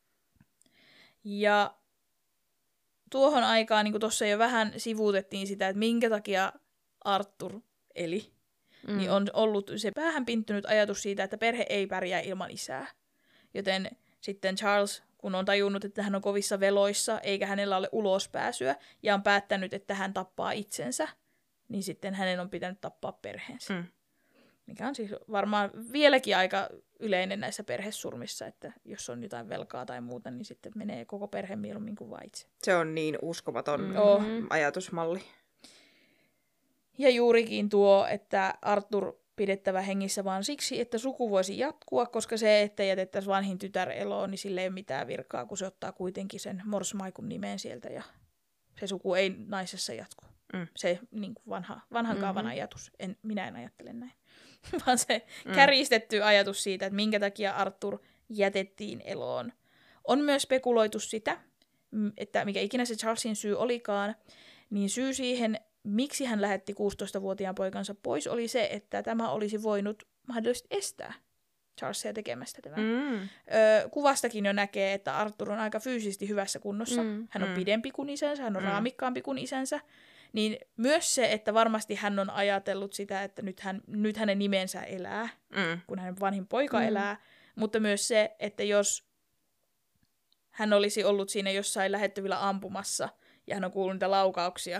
Ja tuohon aikaan, niin kuin tuossa jo vähän sivuutettiin sitä, että minkä takia Arthur eli, mm. niin on ollut se päähän pinttynyt ajatus siitä, että perhe ei pärjää ilman isää. Joten sitten Charles, kun on tajunnut, että hän on kovissa veloissa, eikä hänellä ole ulospääsyä, ja on päättänyt, että hän tappaa itsensä, niin sitten hänen on pitänyt tappaa perheensä. Mm. Mikä on siis varmaan vieläkin aika yleinen näissä perhesurmissa, että jos on jotain velkaa tai muuta, niin sitten menee koko perhe mieluummin kuin vain itse. Se on niin uskomaton mm-hmm. ajatusmalli. Ja juurikin tuo, että Arthur pidettävä hengissä vaan siksi, että suku voisi jatkua, koska se, että jätettäisiin vanhin tytär eloon, niin sille ei ole mitään virkaa, kun se ottaa kuitenkin sen Morsmaikun nimeen sieltä ja se suku ei naisessa jatku. Mm. Se niin kuin vanha, vanhan kaavan mm-hmm. ajatus. En, minä en ajattele näin. Vaan se mm. kärjistetty ajatus siitä, että minkä takia Arthur jätettiin eloon. On myös spekuloitu sitä, että mikä ikinä se Charlesin syy olikaan, niin syy siihen, miksi hän lähetti kuusitoistavuotiaan poikansa pois, oli se, että tämä olisi voinut mahdollisesti estää Charlesia tekemästä tämän. Mm. Öö, kuvastakin jo näkee, että Arthur on aika fyysisesti hyvässä kunnossa. Mm. Hän on mm. pidempi kuin isänsä, hän on mm. raamikkaampi kuin isänsä. Niin myös se, että varmasti hän on ajatellut sitä, että nyt, hän, nyt hänen nimensä elää, mm. kun hänen vanhin poika mm. elää. Mutta myös se, että jos hän olisi ollut siinä jossain lähettyvillä ampumassa ja hän on kuullut niitä laukauksia,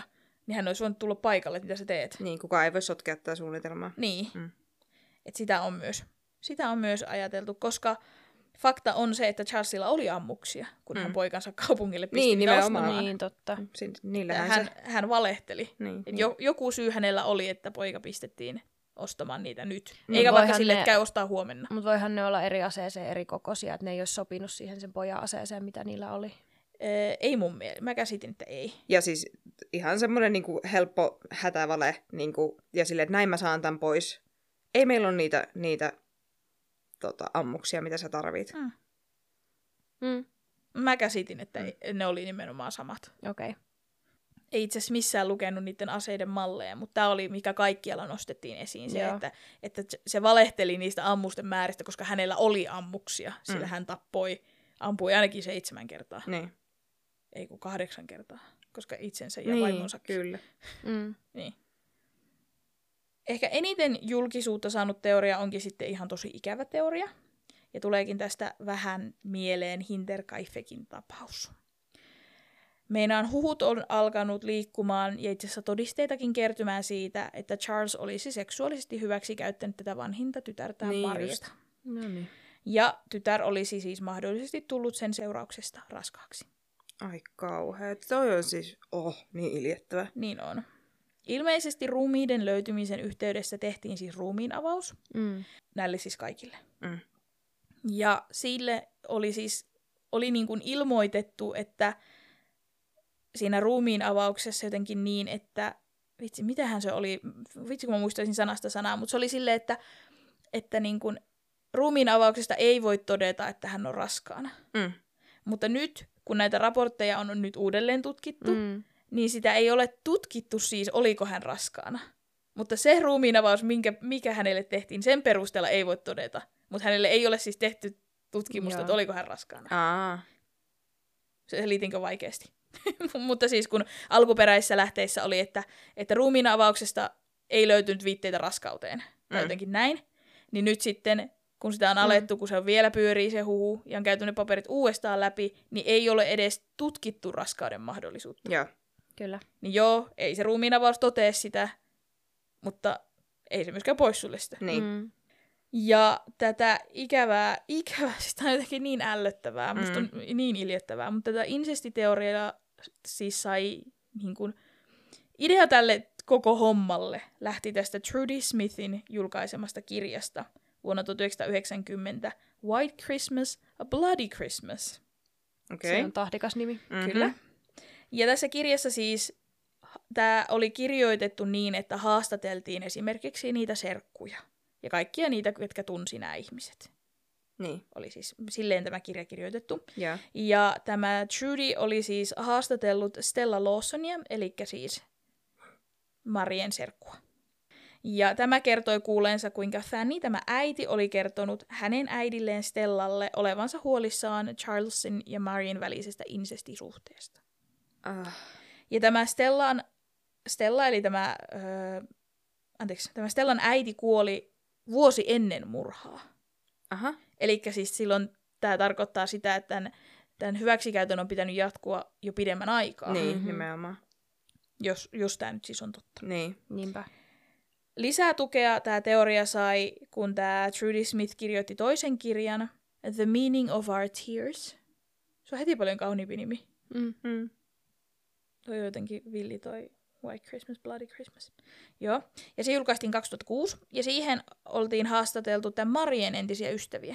niin hän olisi voinut tulla paikalle, että mitä sä teet. Niin, kukaan ei voi sotkea tätä suunnitelmaa. Niin. Mm. Et sitä on myös, sitä on myös ajateltu, koska fakta on se, että Charlesilla oli ammuksia, kun mm. hän poikansa kaupungille pisti Niin, niitä nimenomaan. ostamaan. Niin, totta. Sin, niillähän Hän, se... hän valehteli. Niin, Et niin. jo, joku syy hänellä oli, että poika pistettiin ostamaan niitä nyt. No, Eikä vaikka voihan sille, ne- että käy ostaa huomenna. Mutta voihan ne olla eri aseeseen, eri kokoisia, että ne ei olisi sopinut siihen sen pojan aseeseen, mitä niillä oli. Ee, ei mun mielestä. Mä käsitin, että ei. Ja siis ihan semmoinen niinku helppo hätävale, niinku, ja silleen, että näin mä saan tämän pois. Ei meillä ole niitä, niitä tota, ammuksia, mitä sä tarvit. Mm. Mm. Mä käsitin, että mm. ne oli nimenomaan samat. Okei. Okay. Ei itse asiassa missään lukenut niiden aseiden malleja, mutta tämä oli, mikä kaikkialla nostettiin esiin, se, että, että se valehteli niistä ammusten määristä, koska hänellä oli ammuksia, sillä mm. hän tappoi, ampui ainakin seitsemän kertaa. Niin. Ei kun kahdeksan kertaa, koska itsensä ja Niin, vaimonsakin. kyllä. Mm. Niin. Ehkä eniten julkisuutta saanut teoria onkin sitten ihan tosi ikävä teoria. Ja tuleekin tästä vähän mieleen Hinterkaifekin tapaus. Meinaan huhut on alkanut liikkumaan ja itse asiassa todisteitakin kertymään siitä, että Charles olisi seksuaalisesti hyväksikäyttänyt tätä vanhinta tytärtään Niin Marieta. No niin. Ja tytär olisi siis mahdollisesti tullut sen seurauksesta raskaaksi. Ai kauheet. Toi on siis, oh, niin iljettävä. Niin on. Ilmeisesti ruumiiden löytymisen yhteydessä tehtiin siis ruumiin avaus. Mm. Näille siis kaikille. Mm. Ja sille oli siis oli niin kuin ilmoitettu, että siinä ruumiin avauksessa jotenkin niin, että vitsi, mitähän se oli, vitsi kun mä muistaisin sanasta sanaa, mutta se oli silleen, että, että niin kuin ruumiin avauksesta ei voi todeta, että hän on raskaana. Mm. Mutta nyt, kun näitä raportteja on nyt uudelleen tutkittu, Mm. niin sitä ei ole tutkittu siis, oliko hän raskaana. Mutta se ruumiinavaus, minkä, mikä hänelle tehtiin, sen perusteella ei voi todeta. Mutta hänelle ei ole siis tehty tutkimusta, Joo. että oliko hän raskaana. Aa. Se selitinkö vaikeasti? Mutta siis kun alkuperäisissä lähteissä oli, että, että ruumiinavauksesta ei löytynyt viitteitä raskauteen, tai Mm. jotenkin näin, niin nyt sitten, kun sitä on alettu, kun se on vielä pyörii se huhu, ja on käyty ne paperit uudestaan läpi, niin ei ole edes tutkittu raskauden mahdollisuutta. Joo. Kyllä. Niin joo, ei se ruumiinavaus totee sitä, mutta ei se myöskään poissulje sitä. Niin. Mm. Ja tätä ikävää, ikävää, siis tämä on jotenkin niin ällöttävää, Mm. musta on niin iljettävää, mutta tätä insestiteoriaa siis sai niin kuin, idea tälle koko hommalle lähti tästä Trudy Smithin julkaisemasta kirjasta vuonna tuhatyhdeksänsataayhdeksänkymmentä, White Christmas, A Bloody Christmas. Okei. Se on tahdikas nimi. Mm-hmm. Kyllä. Ja tässä kirjassa siis tämä oli kirjoitettu niin, että haastateltiin esimerkiksi niitä serkkuja ja kaikkia niitä, jotka tunsi nämä ihmiset. Niin. Oli siis silleen tämä kirja kirjoitettu. Joo. Ja tämä Trudy oli siis haastatellut Stella Lawsonia, eli siis Marien serkkua. Ja tämä kertoi kuuleensa, kuinka Fanny, tämä äiti, oli kertonut hänen äidilleen Stellalle olevansa huolissaan Charlesin ja Marien välisestä insestisuhteesta. Ah. Ja tämä Stellan, Stella, eli tämä, öö, anteeksi, tämä Stellan äiti kuoli vuosi ennen murhaa. Aha. Eli siis silloin tämä tarkoittaa sitä, että tämän, tämän hyväksikäytön on pitänyt jatkua jo pidemmän aikaa, Niin, Mhm. nimenomaan. jos, jos tämä nyt siis on totta. Niin. Niinpä. Lisää tukea tämä teoria sai, kun tämä Trudy Smith kirjoitti toisen kirjan, The Meaning of Our Tears. Se on heti paljon kauniimpi nimi. Mm. Mm. Toi on jotenkin villi toi White Christmas, Bloody Christmas. Joo. Ja se julkaistiin kaksituhattakuusi, ja siihen oltiin haastateltu tämän Marien entisiä ystäviä.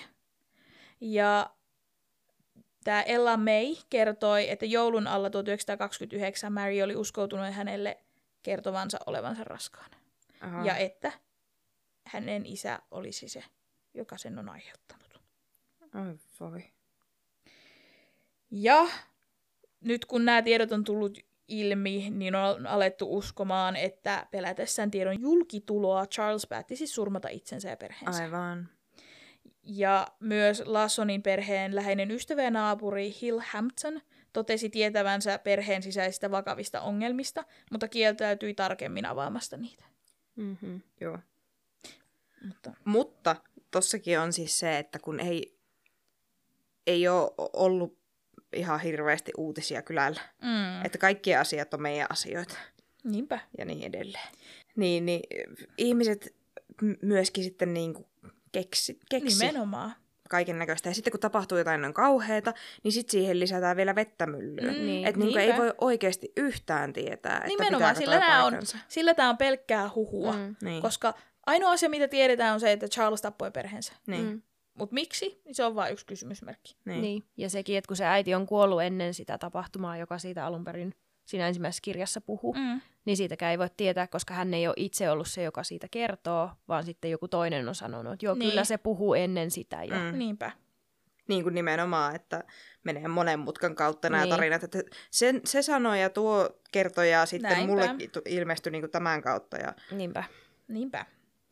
Ja tämä Ella May kertoi, että joulun alla tuhatyhdeksänsataakaksikymmentäyhdeksän Mary oli uskoutunut hänelle kertovansa olevansa raskaana. Aha. Ja että hänen isä olisi se, joka sen on aiheuttanut. Ai voi. Ja nyt kun nämä tiedot on tullut ilmi, niin on alettu uskomaan, että pelätessään tiedon julkituloa Charles päätti siis surmata itsensä ja perheensä. Aivan. Ja myös Lawsonin perheen läheinen ystävä ja naapuri Hill Hampton totesi tietävänsä perheen sisäisistä vakavista ongelmista, mutta kieltäytyi tarkemmin avaamasta niitä. Mm-hmm. Joo. Mutta Mutta tossakin on siis se, että kun ei, ei ole ollut ihan hirveästi uutisia kylällä. mm, Että kaikki asiat on meidän asioita. Niinpä. Ja niin edelleen. Niin, niin ihmiset m- myöskin sitten niinku keksi, keksi Nimenomaan. kaiken näköistä. Ja sitten kun tapahtuu jotain noin kauheata, niin sitten siihen lisätään vielä vettä myllyyn. Mm, Niin. Että niinku ei niinpä. voi oikeasti yhtään tietää, että Nimenomaan, pitääkö sillä toi tämä on, paikkansa. sillä tää on pelkkää huhua. Mm. Niin. Koska ainoa asia, mitä tiedetään, on se, että Charles tappoi perheensä. Niin. Mm. Mutta miksi? Niin se on vain yksi kysymysmerkki. Niin. Niin. niin. Ja sekin, että kun se äiti on kuollut ennen sitä tapahtumaa, joka siitä alun perin siinä ensimmäisessä kirjassa puhuu, Mm. niin siitäkään ei voi tietää, koska hän ei ole itse ollut se, joka siitä kertoo, vaan sitten joku toinen on sanonut, että joo, Niin. kyllä se puhuu ennen sitä jo. Mm. Niinpä. Niin kuin nimenomaan, että menee monen mutkan kautta nämä Niin. tarinat. Että se, se sanoi ja tuo kertoi ja sitten Näinpä. mullekin tu- ilmestyi niin kuin tämän kautta. Ja... Niinpä. Niinpä.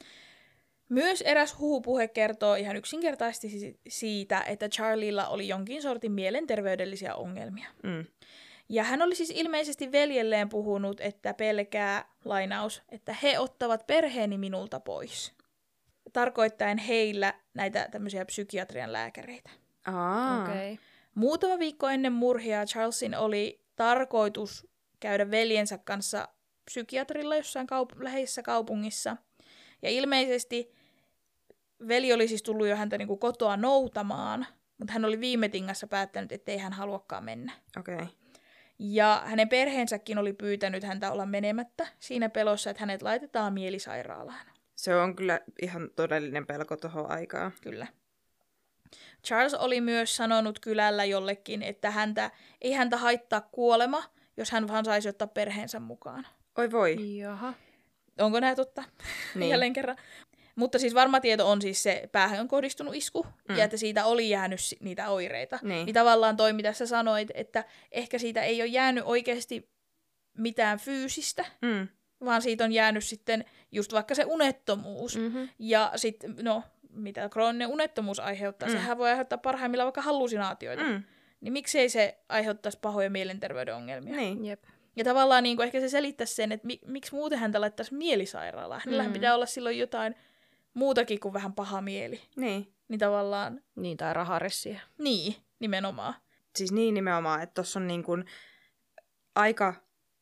Myös eräs huhupuhe kertoo ihan yksinkertaisesti si- siitä, että Charliella oli jonkin sortin mielenterveydellisiä ongelmia. Mm. Ja hän oli siis ilmeisesti veljelleen puhunut, että pelkää, lainaus, että he ottavat perheeni minulta pois. Tarkoittaen heillä näitä tämmöisiä psykiatrian lääkäreitä. Aa. Okei. Okay. Muutama viikko ennen murhia Charlesin oli tarkoitus käydä veljensä kanssa psykiatrilla jossain kaup- läheisessä kaupungissa. Ja ilmeisesti veli oli siis tullut jo häntä niinku kotoa noutamaan, mutta hän oli viime tingassa päättänyt, ettei hän haluakaan mennä. Okei. Okay. Ja hänen perheensäkin oli pyytänyt häntä olla menemättä siinä pelossa, että hänet laitetaan mielisairaalaan. Se on kyllä ihan todellinen pelko tuohon aikaan. Kyllä. Charles oli myös sanonut kylällä jollekin, että häntä, ei häntä haittaa kuolema, jos hän vaan saisi ottaa perheensä mukaan. Oi voi. Jaha. Onko nämä totta? Niin. Jälleen kerran. Mutta siis varma tieto on siis se päähän on kohdistunut isku, Mm. ja että siitä oli jäänyt si- niitä oireita. Niin. Niin tavallaan toi, mitä sä sanoit, että ehkä siitä ei ole jäänyt oikeasti mitään fyysistä, Mm. vaan siitä on jäänyt sitten just vaikka se unettomuus. Mm-hmm. Ja sitten, no, mitä krooninen unettomuus aiheuttaa, Mm. mm. sehän voi aiheuttaa parhaimmillaan vaikka hallusinaatioita. Mm. Niin miksei se aiheuttaisi pahoja mielenterveyden ongelmia? Niin. Jep. Ja tavallaan niin kuin ehkä se selittäisi sen, että mi- miksi muuten häntä laittaisi mielisairaalaan. Hänellähän Mm. pitää olla silloin jotain muutakin kuin vähän paha mieli. Niin. Niin tavallaan, Niin, tai raharessiä. niin, nimenomaan. Siis niin nimenomaan, että tuossa on niin kuin aika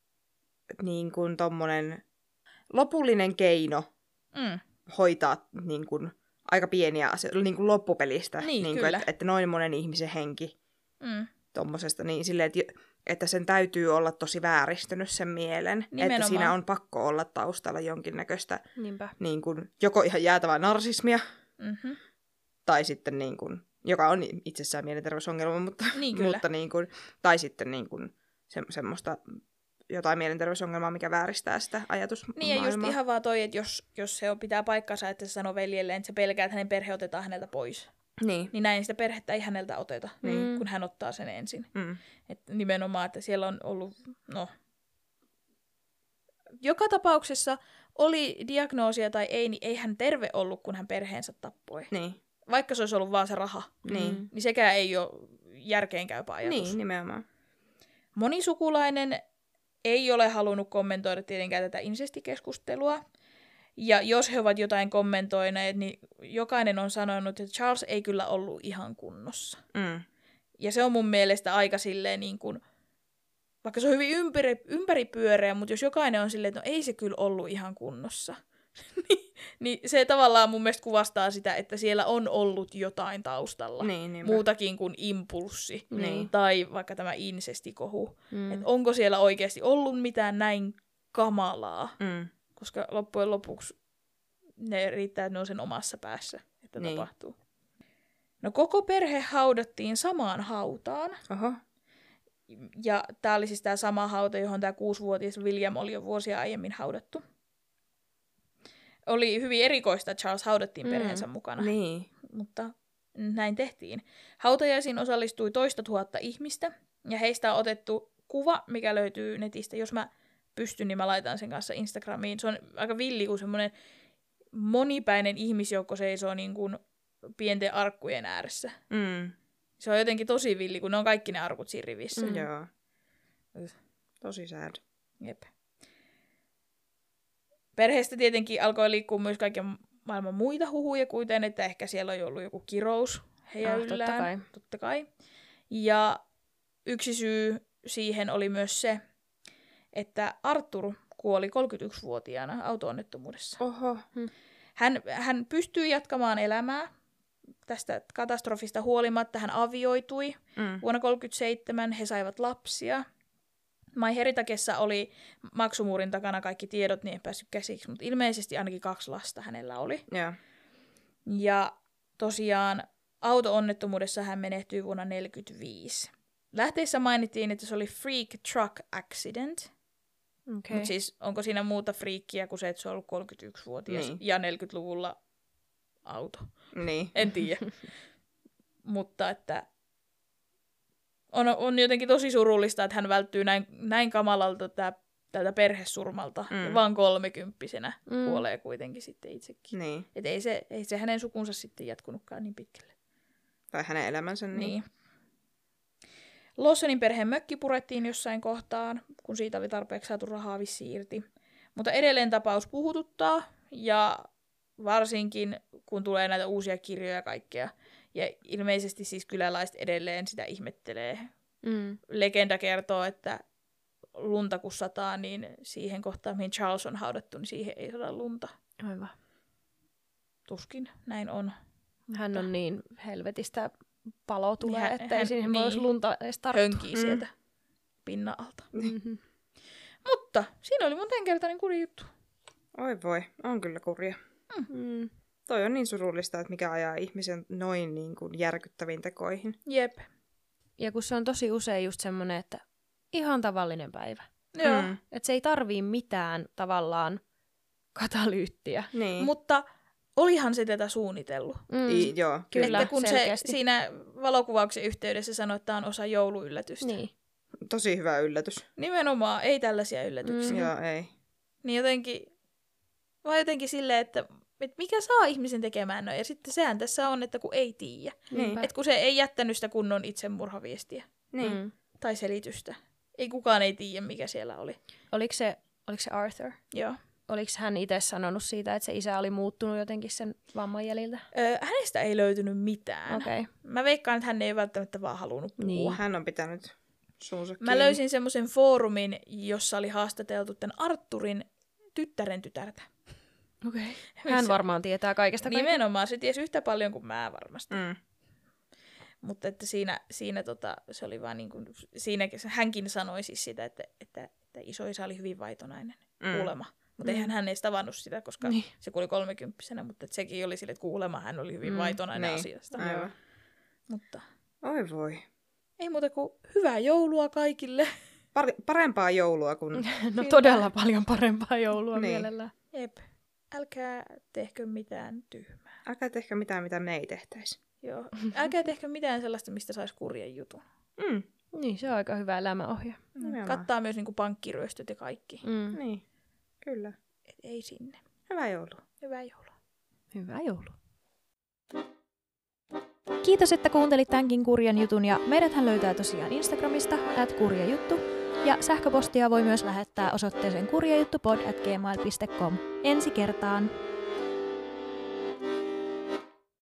niin kuin tommonen lopullinen keino Mm. hoitaa niin kuin aika pieniä asioita niin kuin loppupelistä. Niin, niin kuin, kyllä. että, että noin monen ihmisen henki Mm. tommosesta, niin silleen, että, että sen täytyy olla tosi vääristynyt sen mielen. Nimenomaan. Että siinä on pakko olla taustalla jonkinnäköistä Niinpä. niin kuin, joko ihan jäätävää narsismia, Mm-hmm. tai sitten niin kuin, joka on itsessään mielenterveysongelma, mutta, Niin, kyllä. mutta niin kuin, tai sitten niin kuin, se, semmoista jotain mielenterveysongelmaa, mikä vääristää sitä ajatusmaailmaa. Niin ja just ihan vaan toi, että jos, jos se on, pitää paikkansa, että se sanoo veljelleen, että se pelkää, että hänen perhe otetaan häneltä pois. Niin. Niin näin sitä perhettä ei häneltä oteta, Niin. kun hän ottaa sen ensin. Mm. Et nimenomaan, että siellä on ollut, no... Joka tapauksessa oli diagnoosia tai ei, niin ei hän terve ollut, kun hän perheensä tappoi. Niin. Vaikka se olisi ollut vaan se raha, Niin. niin sekään ei ole järkeenkäypä ajatus. Niin, nimenomaan. Moni sukulainen ei ole halunnut kommentoida tietenkään tätä insestikeskustelua. Ja jos he ovat jotain kommentoineet, niin jokainen on sanonut, että Charles ei kyllä ollut ihan kunnossa. Mm. Ja se on mun mielestä aika silleen niin kuin, vaikka se on hyvin ympäri, ympäripyöreä, mutta jos jokainen on silleen, että no ei se kyllä ollut ihan kunnossa, niin, niin se tavallaan mun mielestä kuvastaa sitä, että siellä on ollut jotain taustalla. Niin, niinpä. Muutakin kuin impulssi. Niin. Tai vaikka tämä insestikohu. Mm. Että onko siellä oikeasti ollut mitään näin kamalaa. Mm. Koska loppujen lopuksi ne riittää, että ne on sen omassa päässä, että Niin. tapahtuu. No koko perhe haudattiin samaan hautaan. Oho. Ja tämä oli siis tämä sama hauta, johon tämä kuusivuotias William oli jo vuosia aiemmin haudattu. Oli hyvin erikoista, että Charles haudattiin Mm. perheensä mukana, Niin. mutta näin tehtiin. Hautajaisiin osallistui toista tuhatta ihmistä, ja heistä on otettu kuva, mikä löytyy netistä. Jos mä pystyn, niin mä laitan sen kanssa Instagramiin. Se on aika villi, kun semmoinen monipäinen ihmisjoukko seisoo niin kuin pienten arkkujen ääressä. Mm. Se on jotenkin tosi villi, kun ne on kaikki ne arkut siinä rivissä. Mm. Joo. Yh. Tosi sad. Jep. Perheestä tietenkin alkoi liikkua myös kaiken maailman muita huhuja, kuten että ehkä siellä on ollut joku kirous heidän Ah, totta yllään. kai. Totta kai. Ja yksi syy siihen oli myös se, että Arthur kuoli kolmekymmentäyksivuotiaana auto-onnettomuudessa. Oho. Hmm. Hän, hän pystyi jatkamaan elämää tästä katastrofista huolimatta. Hän avioitui. Mm. Vuonna tuhatyhdeksänsataakolmekymmentäseitsemän he saivat lapsia. MyHeritageissa oli maksumuurin takana kaikki tiedot, niin en päässyt käsiksi, mutta ilmeisesti ainakin kaksi lasta hänellä oli. Yeah. Ja tosiaan auto-onnettomuudessa hän menehtyi vuonna tuhatyhdeksänsataaneljäkymmentäviisi. Lähteissä mainittiin, että se oli freak truck accident. Okay. Mutta siis onko siinä muuta friikkiä kuin se, että se on ollut kolmekymmentäyksivuotias Niin. ja neljäkymmentäluvulla auto? Niin. En tiedä. Mutta että on, on jotenkin tosi surullista, että hän välttyy näin, näin kamalalta tää, tältä perhesurmalta. Mm. Ja vaan kolmekymppisenä Mm. kuolee kuitenkin sitten itsekin. Niin. Et ei se, ei se hänen sukunsa sitten jatkunutkaan niin pitkälle. Tai hänen elämänsä. Niin. Niin. Lawsonin perheen mökki purettiin jossain kohtaan, kun siitä oli tarpeeksi saatu rahaa vissiin irti. Mutta edelleen tapaus puhututtaa, ja varsinkin kun tulee näitä uusia kirjoja ja kaikkea. Ja ilmeisesti siis kyläläiset edelleen sitä ihmettelee. Mm. Legenda kertoo, että lunta kun sataa, niin siihen kohtaan, mihin Charles on haudattu, niin siihen ei sada lunta. Aivan. Tuskin näin on. Hän on niin helvetistä palo tulee, Hän- että ei hän- siihen niin. voisi lunta edes tarttua. Hönkii Mm. sieltä pinnan alta. Mm-hmm. Mutta siinä oli mun tämänkertainen kuri juttu. Oi voi, on kyllä kurja. Mm. Toi on niin surullista, että mikä ajaa ihmisen noin niin kuin järkyttäviin tekoihin. Jep. Ja kun se on tosi usein just semmoinen, että ihan tavallinen päivä. Joo. Mm. Että se ei tarvii mitään tavallaan katalyyttiä. Niin. Mutta olihan se tätä suunnitellut. Mm. I, joo, Kyllä. kyllä. Että kun selkeästi. se siinä valokuvauksen yhteydessä sanoi, että tämä on osa jouluyllätystä. Niin. Tosi hyvä yllätys. Nimenomaan, ei tällaisia yllätyksiä. Mm. Joo, ei. Niin jotenkin, vaan jotenkin silleen, että, että mikä saa ihmisen tekemään noin. Ja sitten sehän tässä on, että kun ei tiedä. Niinpä. Että kun se ei jättänyt sitä kunnon itsemurhaviestiä Niin. Mm. tai selitystä. Ei kukaan ei tiedä, mikä siellä oli. Oliko se, oliko se Arthur? Joo. Oliko hän itse sanonut siitä, että se isä oli muuttunut jotenkin sen vamman jäljiltä? Ö, hänestä ei löytynyt mitään. Okei. Okay. Mä veikkaan, että hän ei välttämättä vaan halunnut puhua. Niin. Hän on pitänyt suunsa kiinni. Mä löysin semmoisen foorumin, jossa oli haastateltu tämän Artturin tyttären tytärtä. Okay. Hän Missä- varmaan tietää kaikesta kaiken. Nimenomaan, se tiesi yhtä paljon kuin mä varmasti. Mm. Mutta että siinä, siinä tota, se oli vaan niin kuin, siinä hänkin sanoi siis sitä, että, että, että isoisä oli hyvin vaitonainen Mm. kuulema. Mutta Mm. eihän hän edes tavannut sitä, koska Niin. se kuoli kolmekymppisenä, mutta että sekin oli sille, että kuulema hän oli hyvin Mm, vaitonainen niin. asiasta. Aivan. Mutta Oi voi. ei muuta kuin hyvää joulua kaikille. Par- parempaa joulua kuin... No Kyllä. todella paljon parempaa joulua Niin. mielellään. Jep, älkää tehkö mitään tyhmää. Älkää tehkö mitään, mitä me ei tehtäisi. Joo, älkää tehkö mitään sellaista, mistä saisi kurjan jutun. Mm. Niin, se on aika hyvä elämäohje. Nimenomaan. Kattaa myös niinku pankkiryöstöt ja kaikki. Mm. Niin, kyllä. Et ei sinne. Hyvää joulua. Hyvää joulua. Hyvää joulua. Kiitos, että kuuntelit tämänkin kurjan jutun ja meidäthän löytää tosiaan Instagramista at kurjajuttu ja sähköpostia voi myös lähettää osoitteeseen kurjajuttupod at gmail piste com. Ensi kertaan!